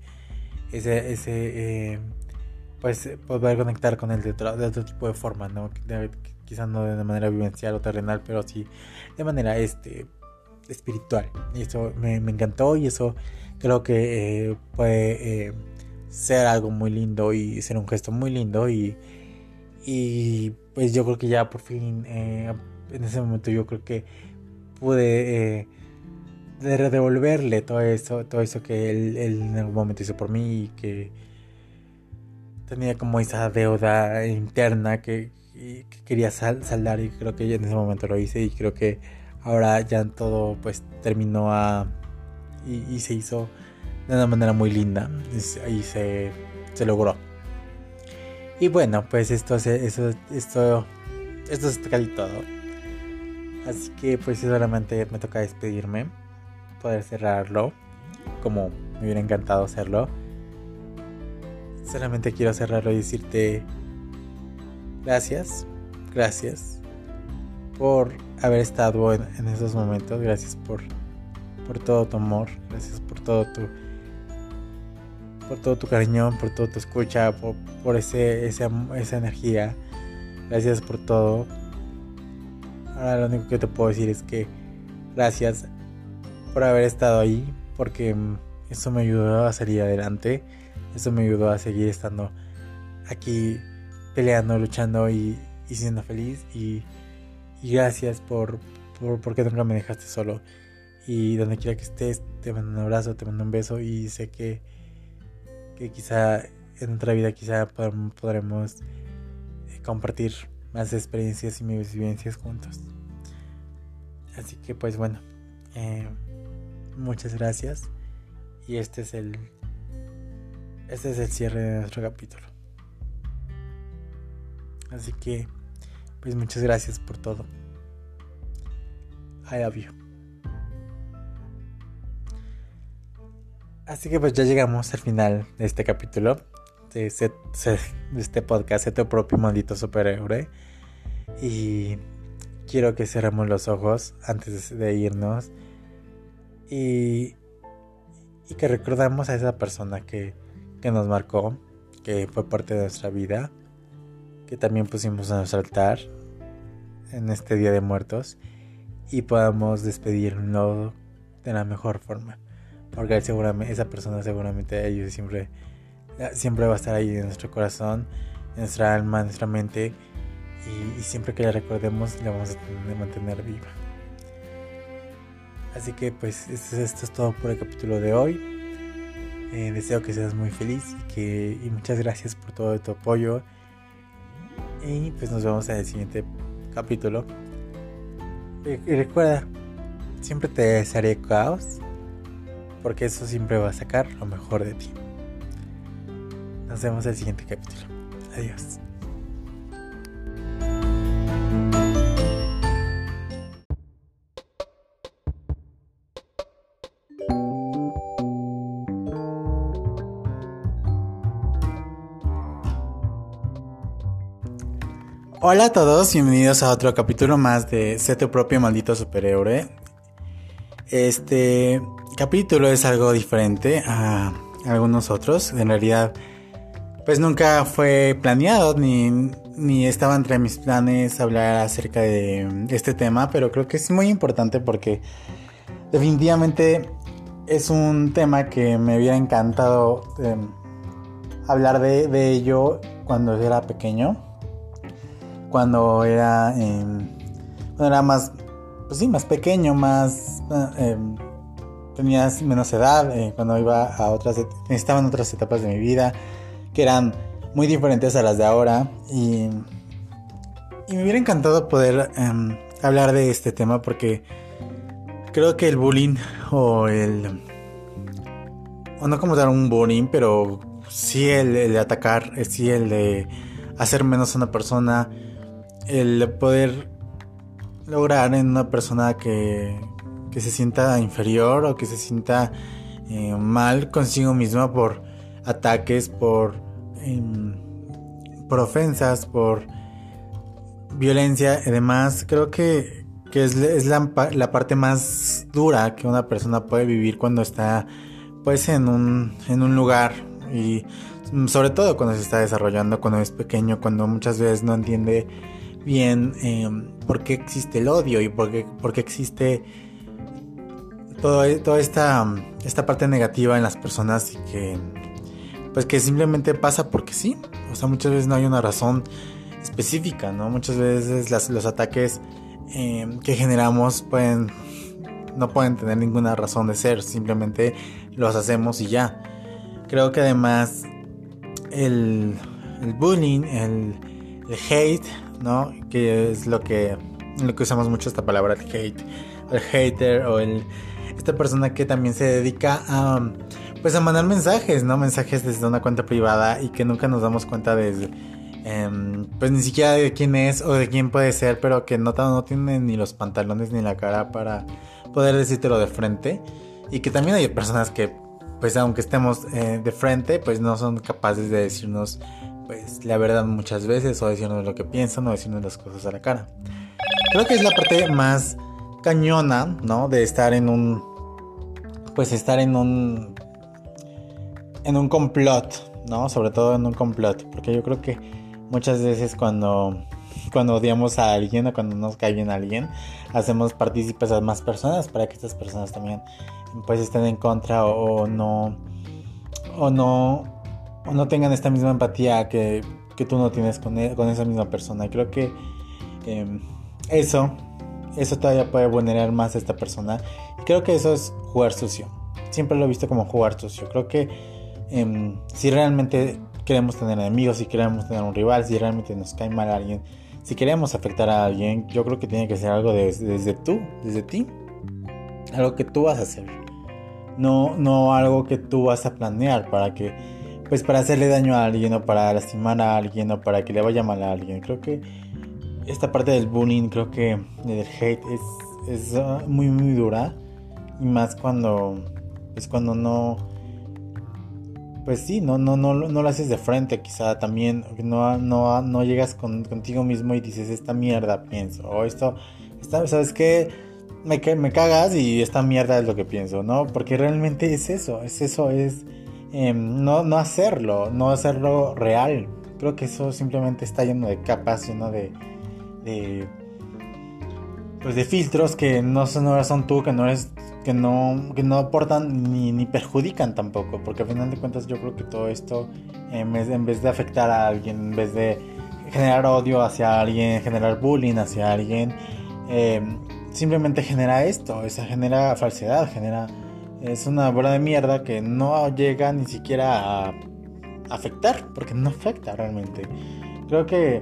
pues poder conectar con él de otro tipo de forma, ¿no? Quizás no de manera vivencial o terrenal, pero sí de manera espiritual. Y eso me encantó, y eso creo que puede ser algo muy lindo y ser un gesto muy lindo. Y pues yo creo que ya por fin en ese momento yo creo que pude devolverle todo eso que él en algún momento hizo por mí, y que tenía como esa deuda interna que quería saldar, y creo que en ese momento lo hice, y creo que ahora ya todo pues terminó y se hizo de una manera muy linda, y se logró. Y bueno, pues esto es casi todo. Así que pues solamente me toca despedirme, poder cerrarlo como me hubiera encantado hacerlo. Solamente quiero cerrarlo y decirte gracias por haber estado en esos momentos. Gracias por todo tu amor, gracias por todo tu cariño, por todo tu escucha, por esa energía. Gracias por todo. Ahora lo único que te puedo decir es que Gracias por haber estado ahí, porque eso me ayudó a salir adelante. Eso me ayudó a seguir estando aquí peleando, luchando y siendo feliz. Y gracias porque nunca me dejaste solo. Y donde quiera que estés, te mando un abrazo, te mando un beso. Y sé que quizá en otra vida quizá podremos compartir más experiencias y mis vivencias juntos. Así que pues bueno, muchas gracias. Y este es el cierre de nuestro capítulo. Así que pues muchas gracias por todo. I love you. Así que pues ya llegamos al final de este capítulo de este podcast, Sé tu propio maldito superhéroe. Y quiero que cerremos los ojos antes de irnos y que recordamos a esa persona que nos marcó, que fue parte de nuestra vida, que también pusimos a nuestro altar en este Día de Muertos, y podamos despedirnos de la mejor forma, porque esa persona seguramente ellos siempre va a estar ahí en nuestro corazón, en nuestra alma, en nuestra mente, y siempre que la recordemos la vamos a mantener viva. Así que pues esto es todo por el capítulo de hoy. Deseo que seas muy feliz y muchas gracias por todo tu apoyo. Y pues nos vemos en el siguiente capítulo. Y recuerda, siempre te desearé caos, porque eso siempre va a sacar lo mejor de ti. Nos vemos en el siguiente capítulo. Adiós. Hola a todos, bienvenidos a otro capítulo más de Sé tu propio maldito superhéroe. Este capítulo es algo diferente a algunos otros. En realidad, pues nunca fue planeado ni estaba entre mis planes hablar acerca de este tema, pero creo que es muy importante porque definitivamente es un tema que me hubiera encantado hablar de ello cuando era pequeño. Cuando era más, pues sí, más pequeño, tenías menos edad, cuando iba estaban otras etapas de mi vida que eran muy diferentes a las de ahora, y me hubiera encantado poder hablar de este tema, porque creo que el bullying o no como dar un bullying, pero sí el de atacar, sí el de hacer menos a una persona, el poder lograr en una persona que se sienta inferior o que se sienta mal consigo misma por ataques, por ofensas, por violencia y demás. Creo que es la parte más dura que una persona puede vivir cuando está pues en un lugar, y sobre todo cuando se está desarrollando, cuando es pequeño, cuando muchas veces no entiende bien por qué existe el odio y por qué existe toda esta parte negativa en las personas, y que simplemente pasa porque sí. O sea, muchas veces no hay una razón específica, ¿no? Muchas veces los ataques que generamos no pueden tener ninguna razón de ser, simplemente los hacemos y ya. Creo que además el bullying, el hate, ¿no? Que es lo que usamos mucho, esta palabra, el hate, el hater, o esta persona que también se dedica a mandar mensajes, ¿no? Mensajes desde una cuenta privada, y que nunca nos damos cuenta pues ni siquiera de quién es o de quién puede ser, pero que no tiene ni los pantalones ni la cara para poder decírtelo de frente, y que también hay personas que, pues aunque estemos de frente, pues no son capaces de decirnos pues la verdad muchas veces, o decirnos lo que piensan, o decirnos las cosas a la cara. Creo que es la parte más cañona, ¿no? De estar en un complot, ¿no? Sobre todo en un complot, porque yo creo que Muchas veces cuando odiamos a alguien o cuando nos cae bien a alguien, hacemos partícipes a más personas para que estas personas también pues estén en contra o no o no tengan esta misma empatía que tú no tienes con esa misma persona. Creo que eh, eso todavía puede vulnerar más a esta persona. Y creo que eso es jugar sucio. Siempre lo he visto como jugar sucio. Creo que si realmente queremos tener enemigos, si queremos tener un rival, si realmente nos cae mal a alguien, si queremos afectar a alguien, yo creo que tiene que ser algo desde ti. Algo que tú vas a hacer. No algo que tú vas a planear para hacerle daño a alguien o para lastimar a alguien o para que le vaya mal a alguien. Creo que esta parte del bullying, creo que del hate es muy muy dura, y más cuando no, pues sí, no lo haces de frente. Quizá también no llegas contigo mismo y dices, esta mierda pienso, o ¿sabes qué? Me cagas y esta mierda es lo que pienso, ¿no? Porque realmente es eso, no hacerlo real. Creo que eso simplemente está lleno de capas, lleno de pues de filtros que no son tú, que no aportan ni perjudican tampoco, porque al final de cuentas yo creo que todo esto, en vez de afectar a alguien, en vez de generar odio hacia alguien, generar bullying hacia alguien, simplemente genera esto, genera falsedad, es una bola de mierda que no llega ni siquiera a afectar, porque no afecta realmente. Creo que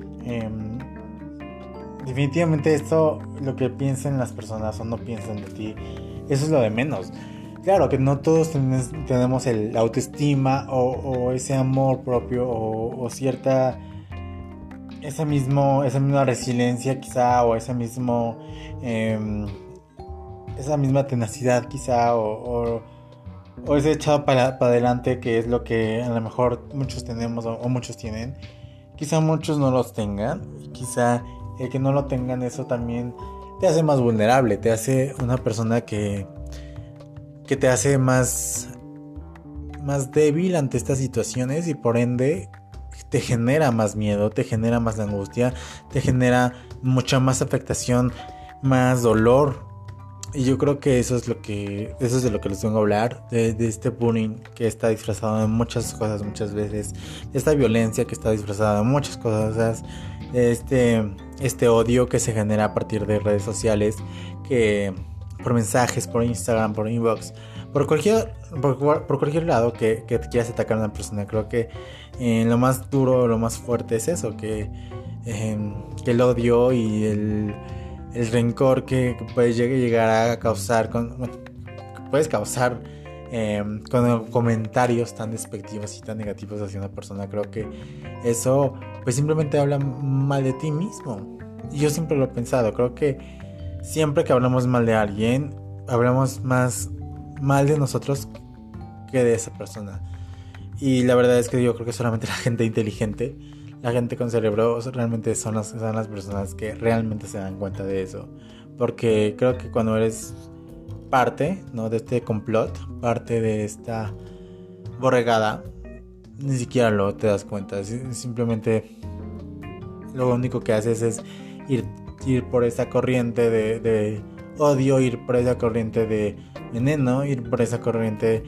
definitivamente esto, lo que piensen las personas o no piensen de ti, eso es lo de menos. Claro que no todos tenemos el autoestima o ese amor propio o cierta esa misma resiliencia quizá, o esa misma tenacidad quizá, o ese echado para adelante, que es lo que a lo mejor muchos tenemos o muchos tienen. Quizá muchos no los tengan, y quizá el que no lo tengan, eso también te hace más vulnerable, te hace una persona que te hace más débil ante estas situaciones, y por ende te genera más miedo, te genera más angustia, te genera mucha más afectación, más dolor. Y yo creo que eso es de lo que les vengo a hablar, de este bullying que está disfrazado de muchas cosas muchas veces, de esta violencia que está disfrazada de muchas cosas, de este odio que se genera a partir de redes sociales, que por mensajes, por Instagram, por inbox, por cualquier lado que quieras atacar a una persona. Creo que lo más duro, lo más fuerte es eso, que el odio y el rencor que puedes llegar a causar puedes causar con comentarios tan despectivos y tan negativos hacia una persona. Creo que eso pues simplemente habla mal de ti mismo. Y yo siempre lo he pensado, creo que siempre que hablamos mal de alguien, hablamos más mal de nosotros que de esa persona. Y la verdad es que yo creo que solamente la gente inteligente, la gente con cerebro, realmente son las personas que realmente se dan cuenta de eso. Porque creo que cuando eres parte, ¿no?, de este complot, parte de esta borregada, ni siquiera te das cuenta. Simplemente lo único que haces es ir por esa corriente de odio, ir por esa corriente de veneno, ir por esa corriente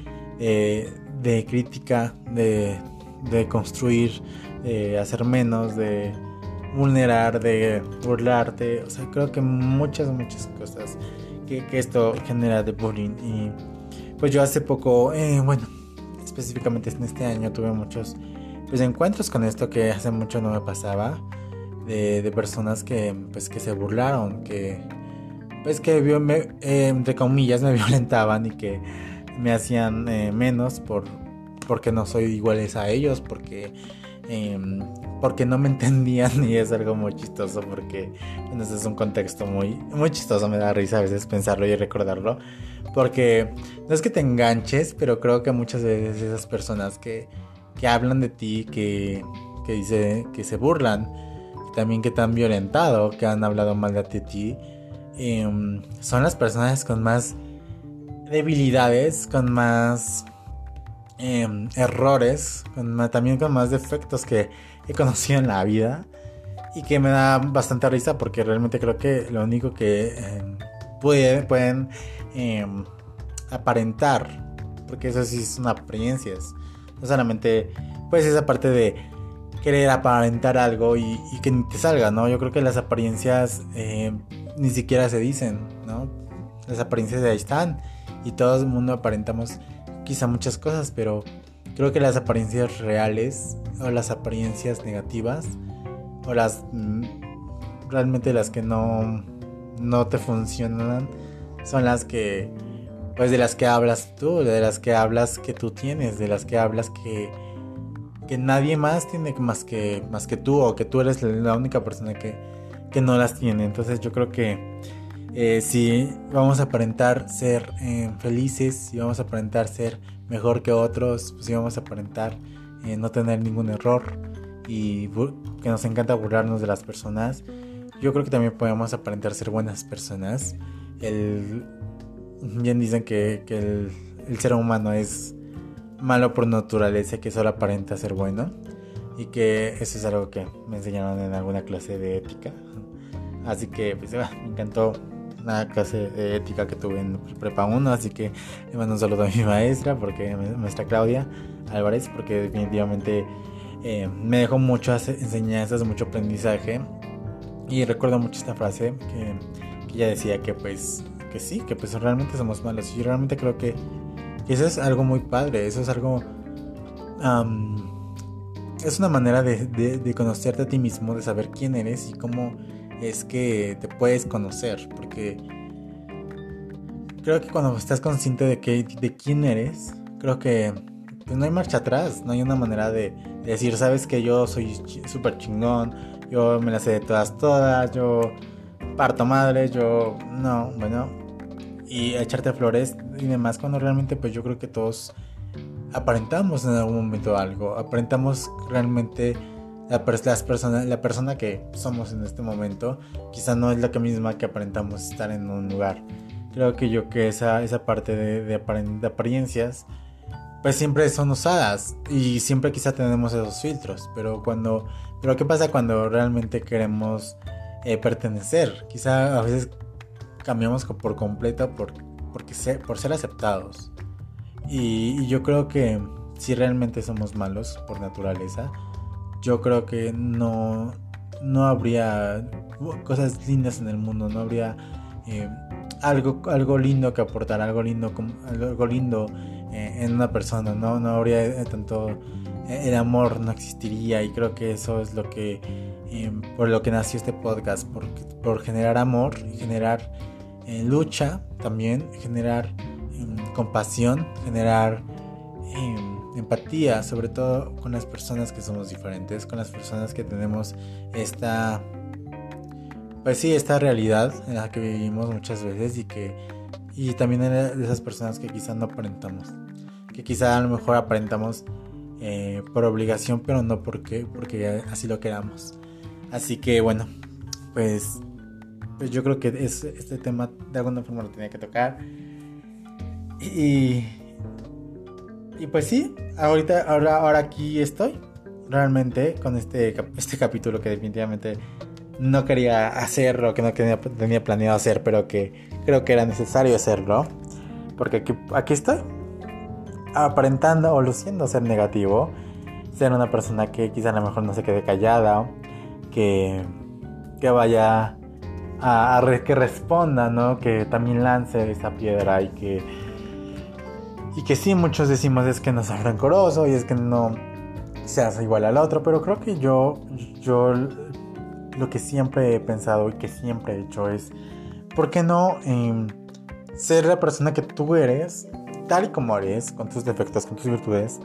de crítica, de construir, de hacer menos, de vulnerar, de burlarte. O sea, creo que muchas cosas que esto genera de bullying. Y pues yo hace poco, específicamente en este año, tuve muchos pues encuentros con esto que hace mucho no me pasaba, de personas que se burlaron, que entre comillas me violentaban y que me hacían menos porque no soy iguales a ellos, porque no me entendían. Y es algo muy chistoso porque ese es un contexto muy chistoso. Me da risa a veces pensarlo y recordarlo, porque no es que te enganches, pero creo que muchas veces esas personas que hablan de ti, que se burlan, y también que te han violentado, que han hablado mal de ti, son las personas con más debilidades, con más errores, también con más defectos que he conocido en la vida y que me da bastante risa porque realmente creo que lo único que pueden aparentar, porque eso sí son apariencias, no solamente pues esa parte de querer aparentar algo y que ni te salga, ¿no? Yo creo que las apariencias ni siquiera se dicen, ¿no? Las apariencias ahí están y todo el mundo aparentamos quizá muchas cosas, pero creo que las apariencias reales o las apariencias negativas o las realmente las que no te funcionan son las que pues de las que hablas tú, de las que hablas que tú tienes, de las que hablas que nadie más tiene más que tú, o que tú eres la única persona que no las tiene. Entonces yo creo que si vamos a aparentar ser felices, si vamos a aparentar ser mejor que otros, pues si vamos a aparentar no tener ningún error y que nos encanta burlarnos de las personas, yo creo que también podemos aparentar ser buenas personas. Bien dicen que el ser humano es malo por naturaleza, que solo aparenta ser bueno, y que eso es algo que me enseñaron en alguna clase de ética. Así que pues me encantó una clase de ética que tuve en Prepa 1, así que le mando un saludo a mi maestra, maestra Claudia Álvarez, porque definitivamente me dejó muchas enseñanzas, mucho aprendizaje, y recuerdo mucho esta frase que ella decía que pues que sí, que pues realmente somos malos, y yo realmente creo que eso es algo muy padre, eso es algo es una manera de conocerte a ti mismo, de saber quién eres y cómo es que te puedes conocer, porque creo que cuando estás consciente de quién eres, creo que pues no hay marcha atrás, no hay una manera de decir, sabes que yo soy súper chingón, yo me las sé de todas, yo parto madre, y echarte flores y demás, cuando realmente pues yo creo que todos aparentamos en algún momento algo, aparentamos realmente la persona que somos en este momento, quizá no es la misma que aparentamos estar en un lugar. Creo que esa parte de apariencias pues siempre son usadas y siempre quizá tenemos esos filtros, pero ¿qué pasa cuando realmente queremos pertenecer? Quizá a veces cambiamos por completo por ser aceptados, y yo creo que si realmente somos malos por naturaleza, yo creo que no habría cosas lindas en el mundo, no habría algo lindo que aportar, algo lindo en una persona, no habría tanto el amor, no existiría, y creo que eso es lo que por lo que nació este podcast, por generar amor y generar lucha, también generar compasión, generar empatía, sobre todo con las personas que somos diferentes, con las personas que tenemos esta realidad en la que vivimos muchas veces, y también de esas personas que quizá no aparentamos, que quizá a lo mejor aparentamos por obligación, pero no porque así lo queramos. Así que bueno, pues yo creo que este tema de alguna forma lo tenía que tocar. Y pues sí, ahora aquí estoy, realmente, con este capítulo que definitivamente no quería hacer, o que no tenía planeado hacer, pero que creo que era necesario hacerlo, porque aquí estoy, aparentando o luciendo ser negativo, ser una persona que quizá a lo mejor no se quede callada, que vaya que responda, ¿no? Que también lance esa piedra, y que sí, muchos decimos es que no seas rencoroso y es que no seas igual al otro, pero creo que yo lo que siempre he pensado y que siempre he hecho es, ¿por qué no ser la persona que tú eres, tal y como eres, con tus defectos, con tus virtudes,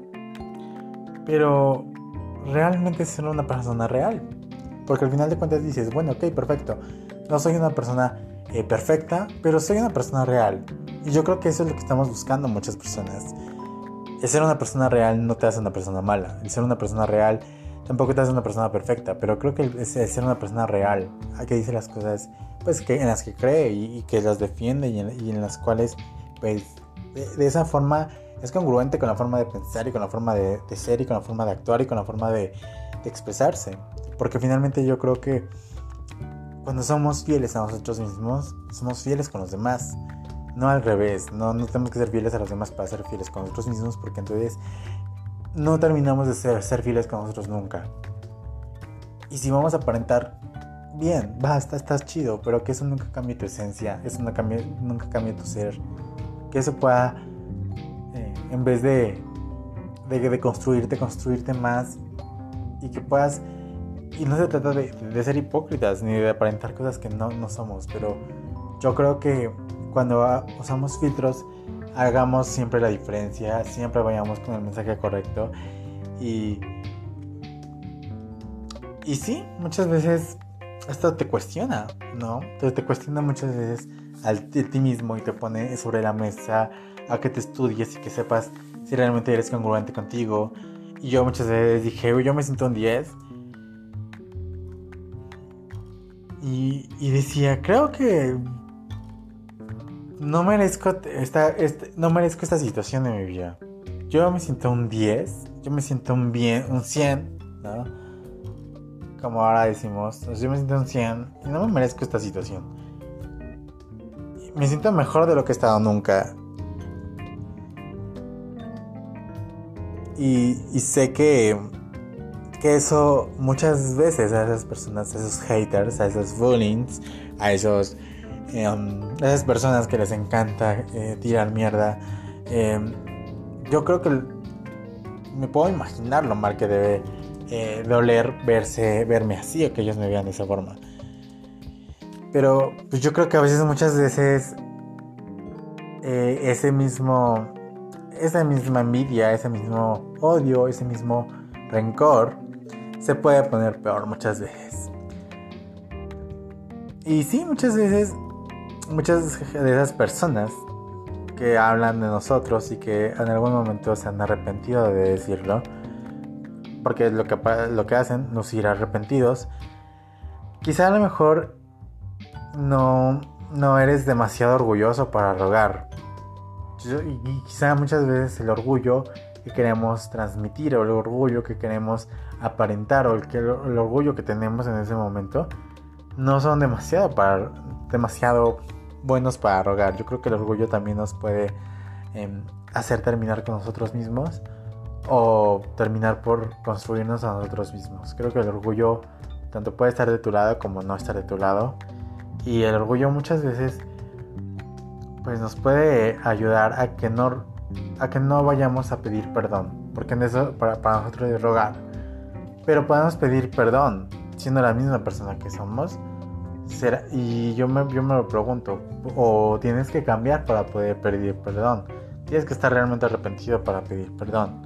pero realmente ser una persona real? Porque al final de cuentas dices, bueno, ok, perfecto, no soy una persona perfecta, pero soy una persona real. Y yo creo que eso es lo que estamos buscando muchas personas. El ser una persona real no te hace una persona mala. El ser una persona real tampoco te hace una persona perfecta. Pero creo que el ser una persona real, que dice las cosas pues en las que cree y que las defiende, y en las cuales pues de esa forma es congruente con la forma de pensar y con la forma de ser y con la forma de actuar y con la forma de expresarse. Porque finalmente yo creo que cuando somos fieles a nosotros mismos, somos fieles con los demás. No al revés, no tenemos que ser fieles a los demás para ser fieles con nosotros mismos, porque entonces no terminamos de ser fieles con nosotros nunca. Y si vamos a aparentar, bien, estás chido, pero que eso nunca cambie tu esencia, eso nunca cambie tu ser. Que eso pueda, en vez de construirte más, y que puedas. Y no se trata de ser hipócritas ni de aparentar cosas que no somos, pero yo creo que cuando usamos filtros, hagamos siempre la diferencia, siempre vayamos con el mensaje correcto. Y sí, muchas veces esto te cuestiona, ¿no? Te cuestiona muchas veces a ti mismo y te pone sobre la mesa a que te estudies y que sepas si realmente eres congruente contigo. Y yo muchas veces dije, yo me siento un 10. Y decía, creo que no merezco esta situación en mi vida. Yo me siento un 10, yo me siento un 100, ¿no? Como ahora decimos, yo me siento un 100 y no me merezco esta situación. Me siento mejor de lo que he estado nunca. Y sé que eso muchas veces a esas personas, a esos haters, a esos bullings, a esas personas que les encanta tirar mierda, yo creo que me puedo imaginar lo mal que debe doler verme así, o que ellos me vean de esa forma. Pero pues yo creo que a veces, muchas veces, esa misma envidia, ese mismo odio, ese mismo rencor se puede poner peor muchas veces. Y sí, muchas veces, muchas de esas personas que hablan de nosotros y que en algún momento se han arrepentido de decirlo, porque lo que hacen, nos ir arrepentidos, quizá a lo mejor no eres demasiado orgulloso para rogar. Y quizá muchas veces el orgullo que queremos transmitir, o el orgullo que queremos aparentar, o el orgullo que tenemos en ese momento, no son demasiado buenos para rogar. Yo creo que el orgullo también nos puede hacer terminar con nosotros mismos, o terminar por construirnos a nosotros mismos. Creo que el orgullo tanto puede estar de tu lado como no estar de tu lado, y el orgullo muchas veces pues nos puede ayudar a que no vayamos a pedir perdón, porque en eso para nosotros es rogar, pero podemos pedir perdón siendo la misma persona que somos. Y yo me lo pregunto, o tienes que cambiar para poder pedir perdón, tienes que estar realmente arrepentido para pedir perdón.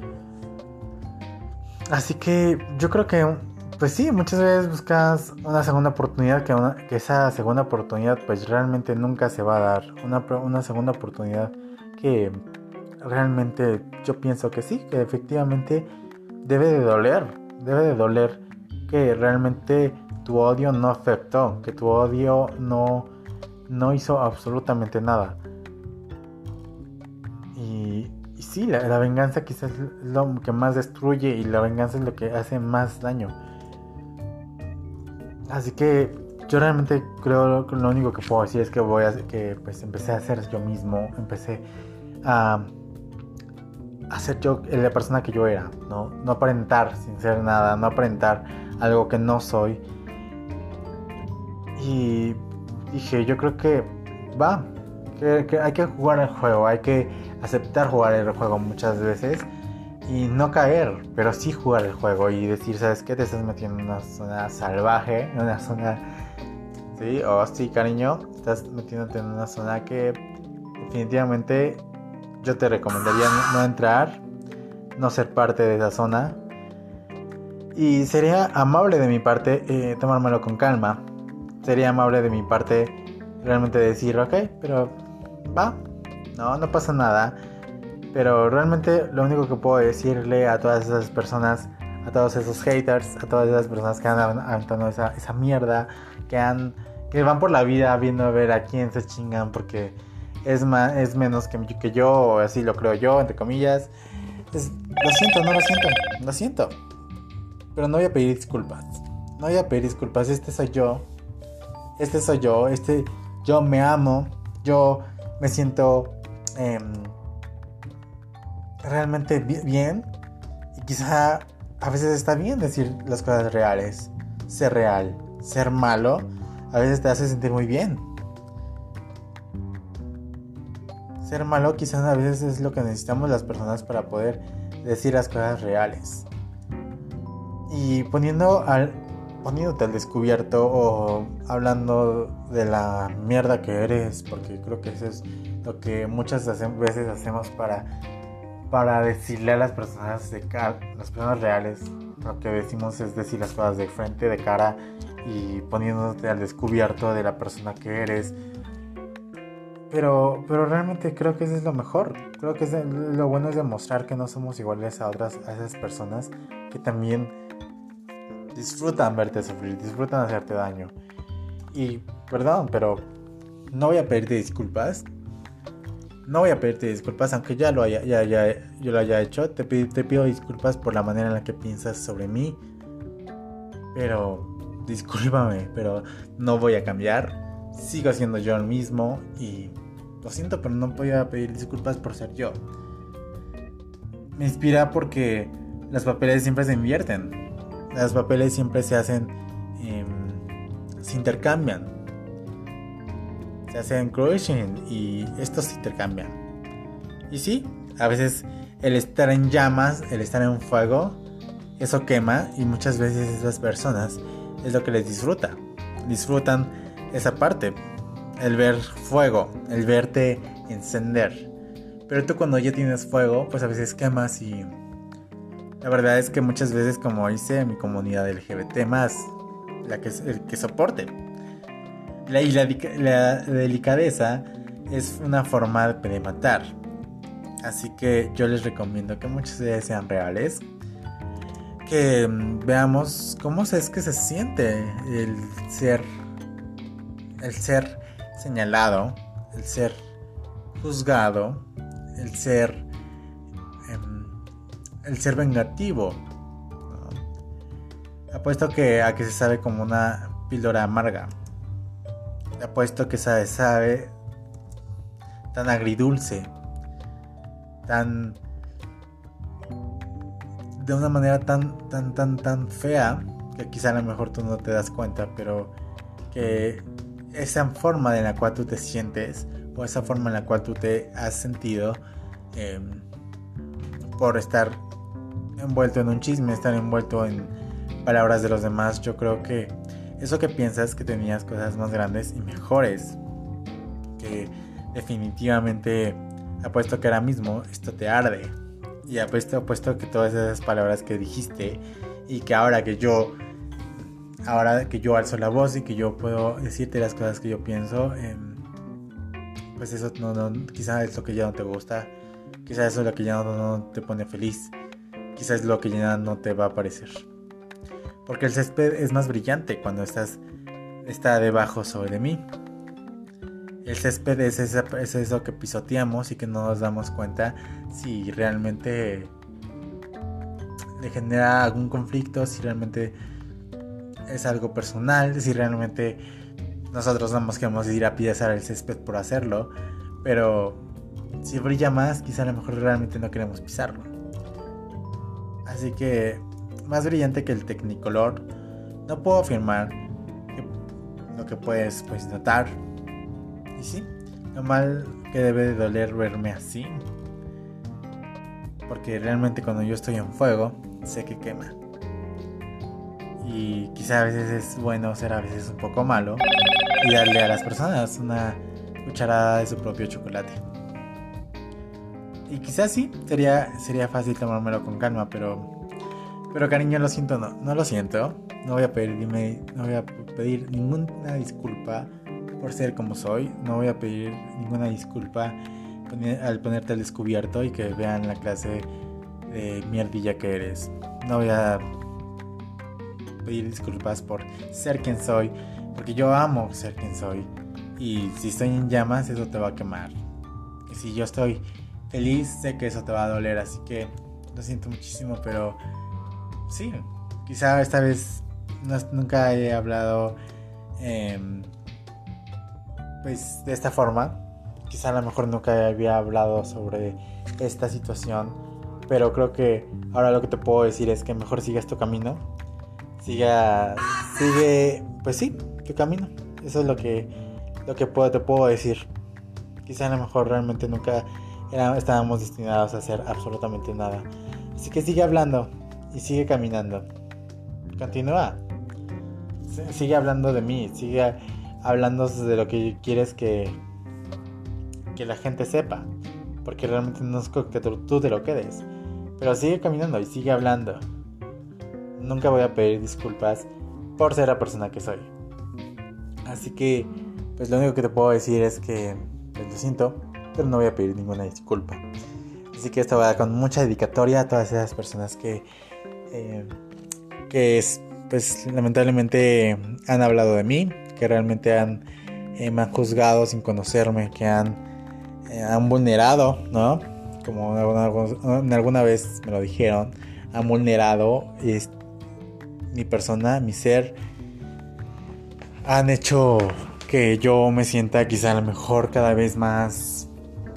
Así que yo creo que pues sí, muchas veces buscas una segunda oportunidad, que esa segunda oportunidad pues realmente nunca se va a dar. Una segunda oportunidad que realmente yo pienso que sí, que efectivamente debe de doler que realmente tu odio no afectó, que tu odio no hizo absolutamente nada. Y sí, la venganza quizás es lo que más destruye, y la venganza es lo que hace más daño. Así que yo realmente creo que lo único que puedo decir es que pues empecé a ser yo mismo, empecé a ser yo, la persona que yo era, no aparentar sin ser nada, no aparentar algo que no soy. Y dije, yo creo que que hay que jugar el juego, hay que aceptar jugar el juego muchas veces y no caer, pero sí jugar el juego y decir, ¿sabes qué? Te estás metiendo en una zona salvaje, en una zona, sí, sí, cariño, estás metiéndote en una zona que definitivamente yo te recomendaría no entrar, no ser parte de esa zona. Y sería amable de mi parte tomármelo con calma. Sería amable de mi parte realmente decir, ok, pero no pasa nada. Pero realmente lo único que puedo decirle a todas esas personas, a todos esos haters, a todas esas personas que andan aventando esa mierda, que van por la vida viendo a ver a quién se chingan, porque es menos que yo, así lo creo yo, entre comillas. Lo siento. Pero no voy a pedir disculpas. No voy a pedir disculpas. Este soy yo. Yo me amo. Yo me siento realmente bien. Y quizá a veces está bien decir las cosas reales. Ser real. Ser malo. A veces te hace sentir muy bien. Ser malo quizás a veces es lo que necesitamos las personas para poder decir las cosas reales. Y poniéndote al descubierto o hablando de la mierda que eres, porque creo que eso es lo que muchas veces hacemos para decirle a las personas las personas reales. Lo que decimos es decir las cosas de frente, de cara, y poniéndote al descubierto de la persona que eres. Pero realmente creo que eso es lo mejor. Creo que lo bueno es demostrar que no somos iguales a esas personas que también disfrutan verte sufrir, disfrutan hacerte daño. Y perdón, pero no voy a pedirte disculpas. No voy a pedirte disculpas, aunque yo lo haya hecho. Te pido disculpas por la manera en la que piensas sobre mí. Pero discúlpame, pero no voy a cambiar. Sigo siendo yo el mismo y lo siento, pero no voy a pedir disculpas por ser yo. Me inspira porque los papeles siempre se invierten. Los papeles siempre se hacen, se intercambian. Se hacen crushing y estos se intercambian. Y sí, a veces el estar en llamas, el estar en fuego, eso quema, y muchas veces esas personas es lo que les disfrutan esa parte, el ver fuego, el verte encender. Pero tú cuando ya tienes fuego, pues a veces quemas. Y la verdad es que muchas veces, como dice mi comunidad LGBT más, el que soporte, la delicadeza es una forma de matar. Así que yo les recomiendo que muchos de ellos sean reales, que veamos cómo es que se siente el ser señalado, el ser juzgado, el ser vengativo, ¿no? Apuesto a que se sabe como una píldora amarga. Apuesto que sabe tan agridulce, de una manera tan fea, que quizá a lo mejor tú no te das cuenta, pero que esa forma en la cual tú te sientes, o esa forma en la cual tú te has sentido, por estar envuelto en un chisme, estar envuelto en palabras de los demás, yo creo que eso que piensas que tenías cosas más grandes y mejores, que definitivamente apuesto que ahora mismo esto te arde, y apuesto que todas esas palabras que dijiste, y que ahora que yo alzo la voz y que yo puedo decirte las cosas que yo pienso, pues eso no, quizás es lo que ya no te gusta, quizás eso es lo que ya no te pone feliz, quizás es lo que ya no te va a parecer. Porque el césped es más brillante cuando está debajo sobre mí. El césped es eso que pisoteamos y que no nos damos cuenta si realmente le genera algún conflicto, si realmente es algo personal, si realmente nosotros no nos queremos ir a pisar el césped por hacerlo, pero si brilla más, quizá a lo mejor realmente no queremos pisarlo. Así que más brillante que el Technicolor, no puedo afirmar lo que puedes notar. Y sí, lo mal que debe de doler verme así, porque realmente cuando yo estoy en fuego, sé que quema. Y quizá a veces es bueno ser a veces un poco malo y darle a las personas una cucharada de su propio chocolate. Y quizás sí, sería fácil tomármelo con calma, pero cariño, lo siento, no lo siento. No voy a pedir ninguna disculpa por ser como soy. No voy a pedir ninguna disculpa al ponerte al descubierto y que vean la clase de mierdilla que eres. No voy a pedir disculpas por ser quien soy, porque yo amo ser quien soy. Y si estoy en llamas, eso te va a quemar. Y si yo estoy feliz, sé que eso te va a doler. Así que lo siento muchísimo, pero sí, quizá esta vez nunca he hablado pues de esta forma. Quizá a lo mejor nunca había hablado sobre esta situación, pero creo que ahora lo que te puedo decir es que mejor sigas tu camino. Sigue, pues sí, tu camino. Eso es lo que te puedo decir. Quizá a lo mejor realmente nunca estábamos destinados a hacer absolutamente nada. Así que sigue hablando y sigue caminando. Continúa. Sigue hablando de mí, sigue hablando de lo que quieres que la gente sepa. Porque realmente no es que tú te lo quedes. Pero sigue caminando y sigue hablando. Nunca voy a pedir disculpas por ser la persona que soy. Así que, pues lo único que te puedo decir es que pues, lo siento, pero no voy a pedir ninguna disculpa. Así que esto va con mucha dedicatoria a todas esas personas que pues lamentablemente han hablado de mí, que realmente me han juzgado sin conocerme, que han vulnerado, ¿no? Como alguna vez me lo dijeron, han vulnerado mi persona, mi ser. Han hecho que yo me sienta quizá a lo mejor cada vez más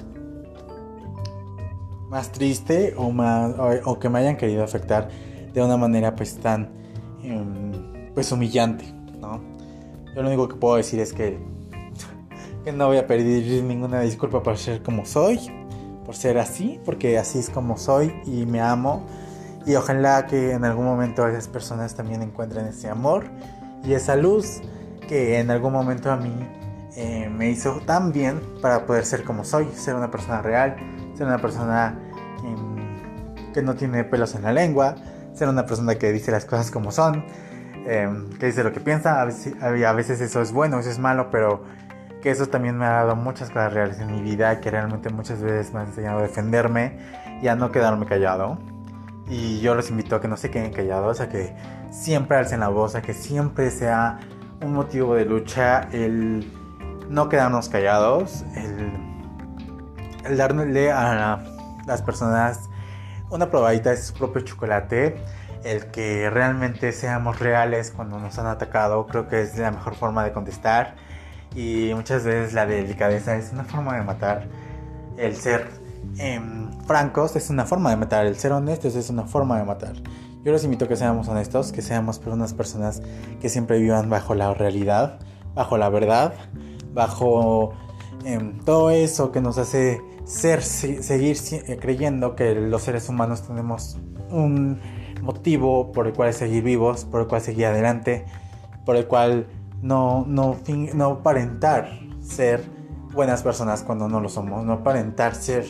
triste o que me hayan querido afectar de una manera pues tan pues humillante, ¿no? Yo lo único que puedo decir es que no voy a pedir ninguna disculpa por ser como soy, por ser así, porque así es como soy y me amo. Y ojalá que en algún momento esas personas también encuentren ese amor y esa luz que en algún momento a mí me hizo tan bien para poder ser como soy, ser una persona real, ser una persona que no tiene pelos en la lengua, ser una persona que dice las cosas como son, que dice lo que piensa. A veces eso es bueno, eso es malo, pero que eso también me ha dado muchas cosas reales en mi vida, que realmente muchas veces me ha enseñado a defenderme y a no quedarme callado. Y yo los invito a que no se queden callados, a que siempre alcen la voz, a que siempre sea un motivo de lucha el no quedarnos callados, el darle a las personas una probadita de su propio chocolate, el que realmente seamos reales cuando nos han atacado. Creo que es la mejor forma de contestar, y muchas veces la delicadeza es una forma de matar. El ser francos es una forma de matar, el ser honestos es una forma de matar. Yo los invito a que seamos honestos, que seamos unas personas que siempre vivan bajo la realidad, bajo la verdad, bajo todo eso que nos hace seguir creyendo que los seres humanos tenemos un motivo por el cual seguir vivos, por el cual seguir adelante, por el cual no aparentar ser buenas personas cuando no lo somos, no aparentar ser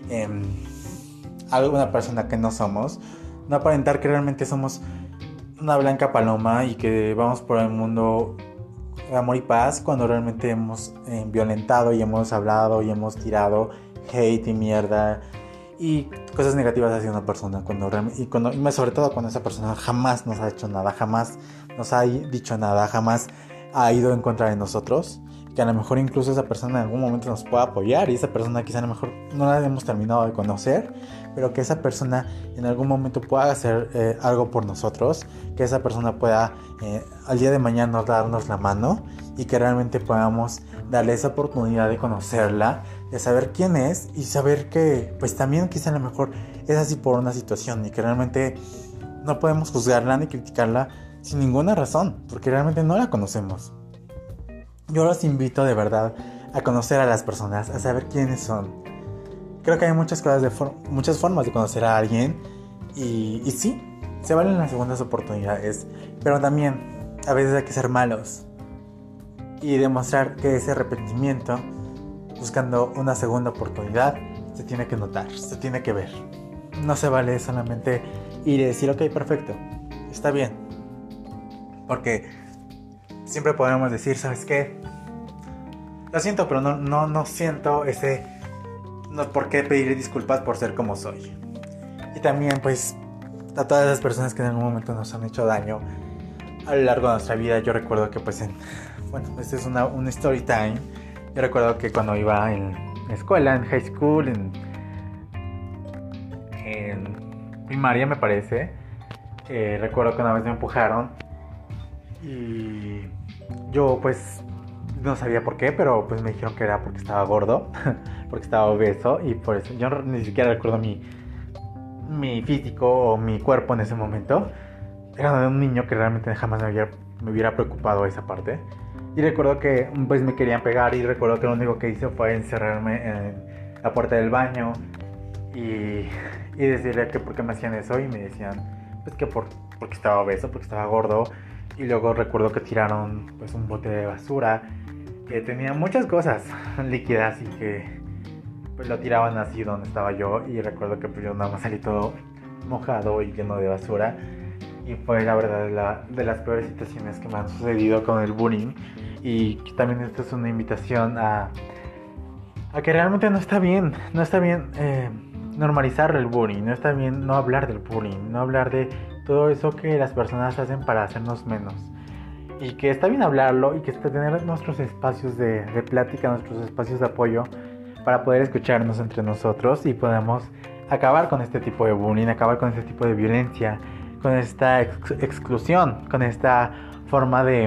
alguna persona que no somos, no aparentar que realmente somos una blanca paloma y que vamos por el mundo de amor y paz, cuando realmente hemos violentado y hemos hablado y hemos tirado hate y mierda y cosas negativas hacia una persona, y sobre todo cuando esa persona jamás nos ha hecho nada, jamás nos ha dicho nada, jamás ha ido en contra de nosotros, que a lo mejor incluso esa persona en algún momento nos pueda apoyar, y esa persona quizá a lo mejor no la hemos terminado de conocer, pero que esa persona en algún momento pueda hacer algo por nosotros, que esa persona pueda al día de mañana darnos la mano, y que realmente podamos darle esa oportunidad de conocerla, de saber quién es, y saber que pues también quizá a lo mejor es así por una situación, y que realmente no podemos juzgarla ni criticarla sin ninguna razón, porque realmente no la conocemos. Yo los invito de verdad a conocer a las personas, a saber quiénes son. Creo que hay muchas formas de conocer a alguien, y sí, se valen las segundas oportunidades, pero también a veces hay que ser malos y demostrar que ese arrepentimiento, buscando una segunda oportunidad, se tiene que notar, se tiene que ver. No se vale solamente ir y decir, ok, perfecto, está bien, porque siempre podemos decir, ¿sabes qué? Lo siento, pero no siento no por qué pedir disculpas por ser como soy. Y también pues a todas las personas que en algún momento nos han hecho daño a lo largo de nuestra vida. Yo recuerdo que pues este es un story time. Yo recuerdo que cuando iba en escuela, en high school, en primaria me parece, Recuerdo que una vez me empujaron y yo pues no sabía por qué, pero pues me dijeron que era porque estaba gordo, porque estaba obeso y por eso yo ni siquiera recuerdo mi físico o mi cuerpo en ese momento. Era de un niño que realmente jamás me hubiera preocupado esa parte. Y recuerdo que pues me querían pegar y recuerdo que lo único que hice fue encerrarme en la puerta del baño y decirle que por qué me hacían eso y me decían pues que porque estaba obeso, porque estaba gordo. Y luego recuerdo que tiraron pues un bote de basura que tenía muchas cosas líquidas y que pues lo tiraban así donde estaba yo. Y recuerdo que pues yo nada más salí todo mojado y lleno de basura. Y fue la verdad de las peores situaciones que me han sucedido con el bullying. Y también esto es una invitación a que realmente no está bien normalizar el bullying, no está bien no hablar del bullying, no hablar de todo eso que las personas hacen para hacernos menos. Y que está bien hablarlo y que está tener nuestros espacios de plática, nuestros espacios de apoyo para poder escucharnos entre nosotros y podamos acabar con este tipo de bullying, acabar con este tipo de violencia, con esta exclusión, con esta forma de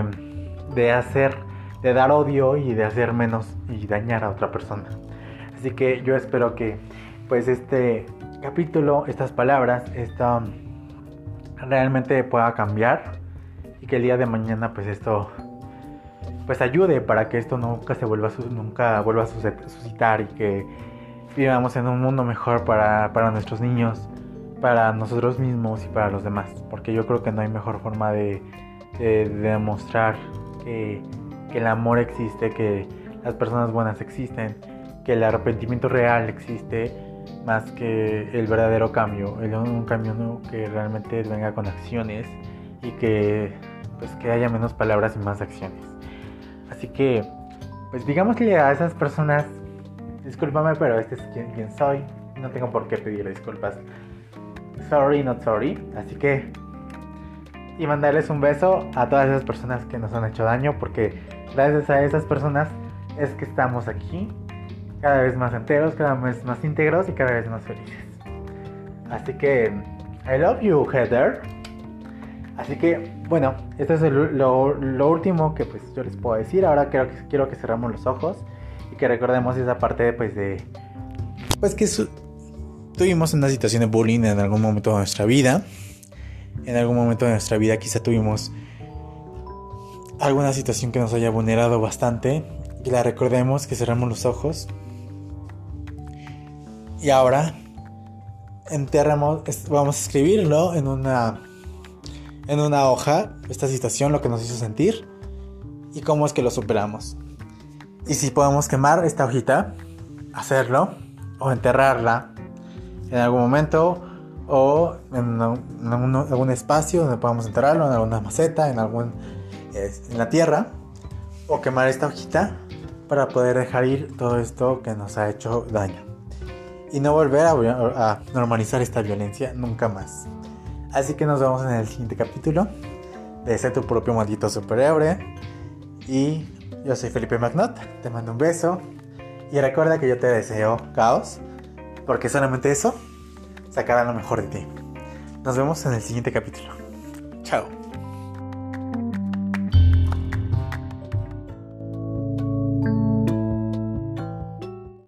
dar odio y de hacer menos y dañar a otra persona. Así que yo espero que pues este capítulo, estas palabras, esto realmente pueda cambiar y que el día de mañana pues esto pues ayude para que esto nunca vuelva a suscitar y que vivamos en un mundo mejor para nuestros niños, para nosotros mismos y para los demás, porque yo creo que no hay mejor forma de demostrar que el amor existe, que las personas buenas existen, que el arrepentimiento real existe, más que el verdadero cambio, un cambio que realmente venga con acciones y que pues que haya menos palabras y más acciones. Así que pues digámosle a esas personas, discúlpame, pero este es quien soy, no tengo por qué pedir disculpas. Sorry, not sorry. Así que y mandarles un beso a todas esas personas que nos han hecho daño, porque gracias a esas personas es que estamos aquí, cada vez más enteros, cada vez más íntegros y cada vez más felices. Así que I love you, Heather. Así que bueno, esto es lo último que pues yo les puedo decir. Ahora quiero que cerramos los ojos y que recordemos esa parte pues que tuvimos una situación de bullying en algún momento de nuestra vida. En algún momento de nuestra vida quizá tuvimos alguna situación que nos haya vulnerado bastante y la recordemos, que cerramos los ojos. Y ahora vamos a escribirlo en una hoja, esta situación, lo que nos hizo sentir y cómo es que lo superamos. Y si podemos quemar esta hojita, hacerlo, o enterrarla en algún momento, o en algún espacio donde podamos enterrarlo, en alguna maceta, en la tierra, o quemar esta hojita para poder dejar ir todo esto que nos ha hecho daño y no volver a normalizar esta violencia nunca más. Así que nos vemos en el siguiente capítulo de Sé tu propio maldito superhéroe. Y yo soy Felipe Magnot, te mando un beso y recuerda que yo te deseo caos, porque solamente eso sacará lo mejor de ti. Nos vemos en el siguiente capítulo. Chao.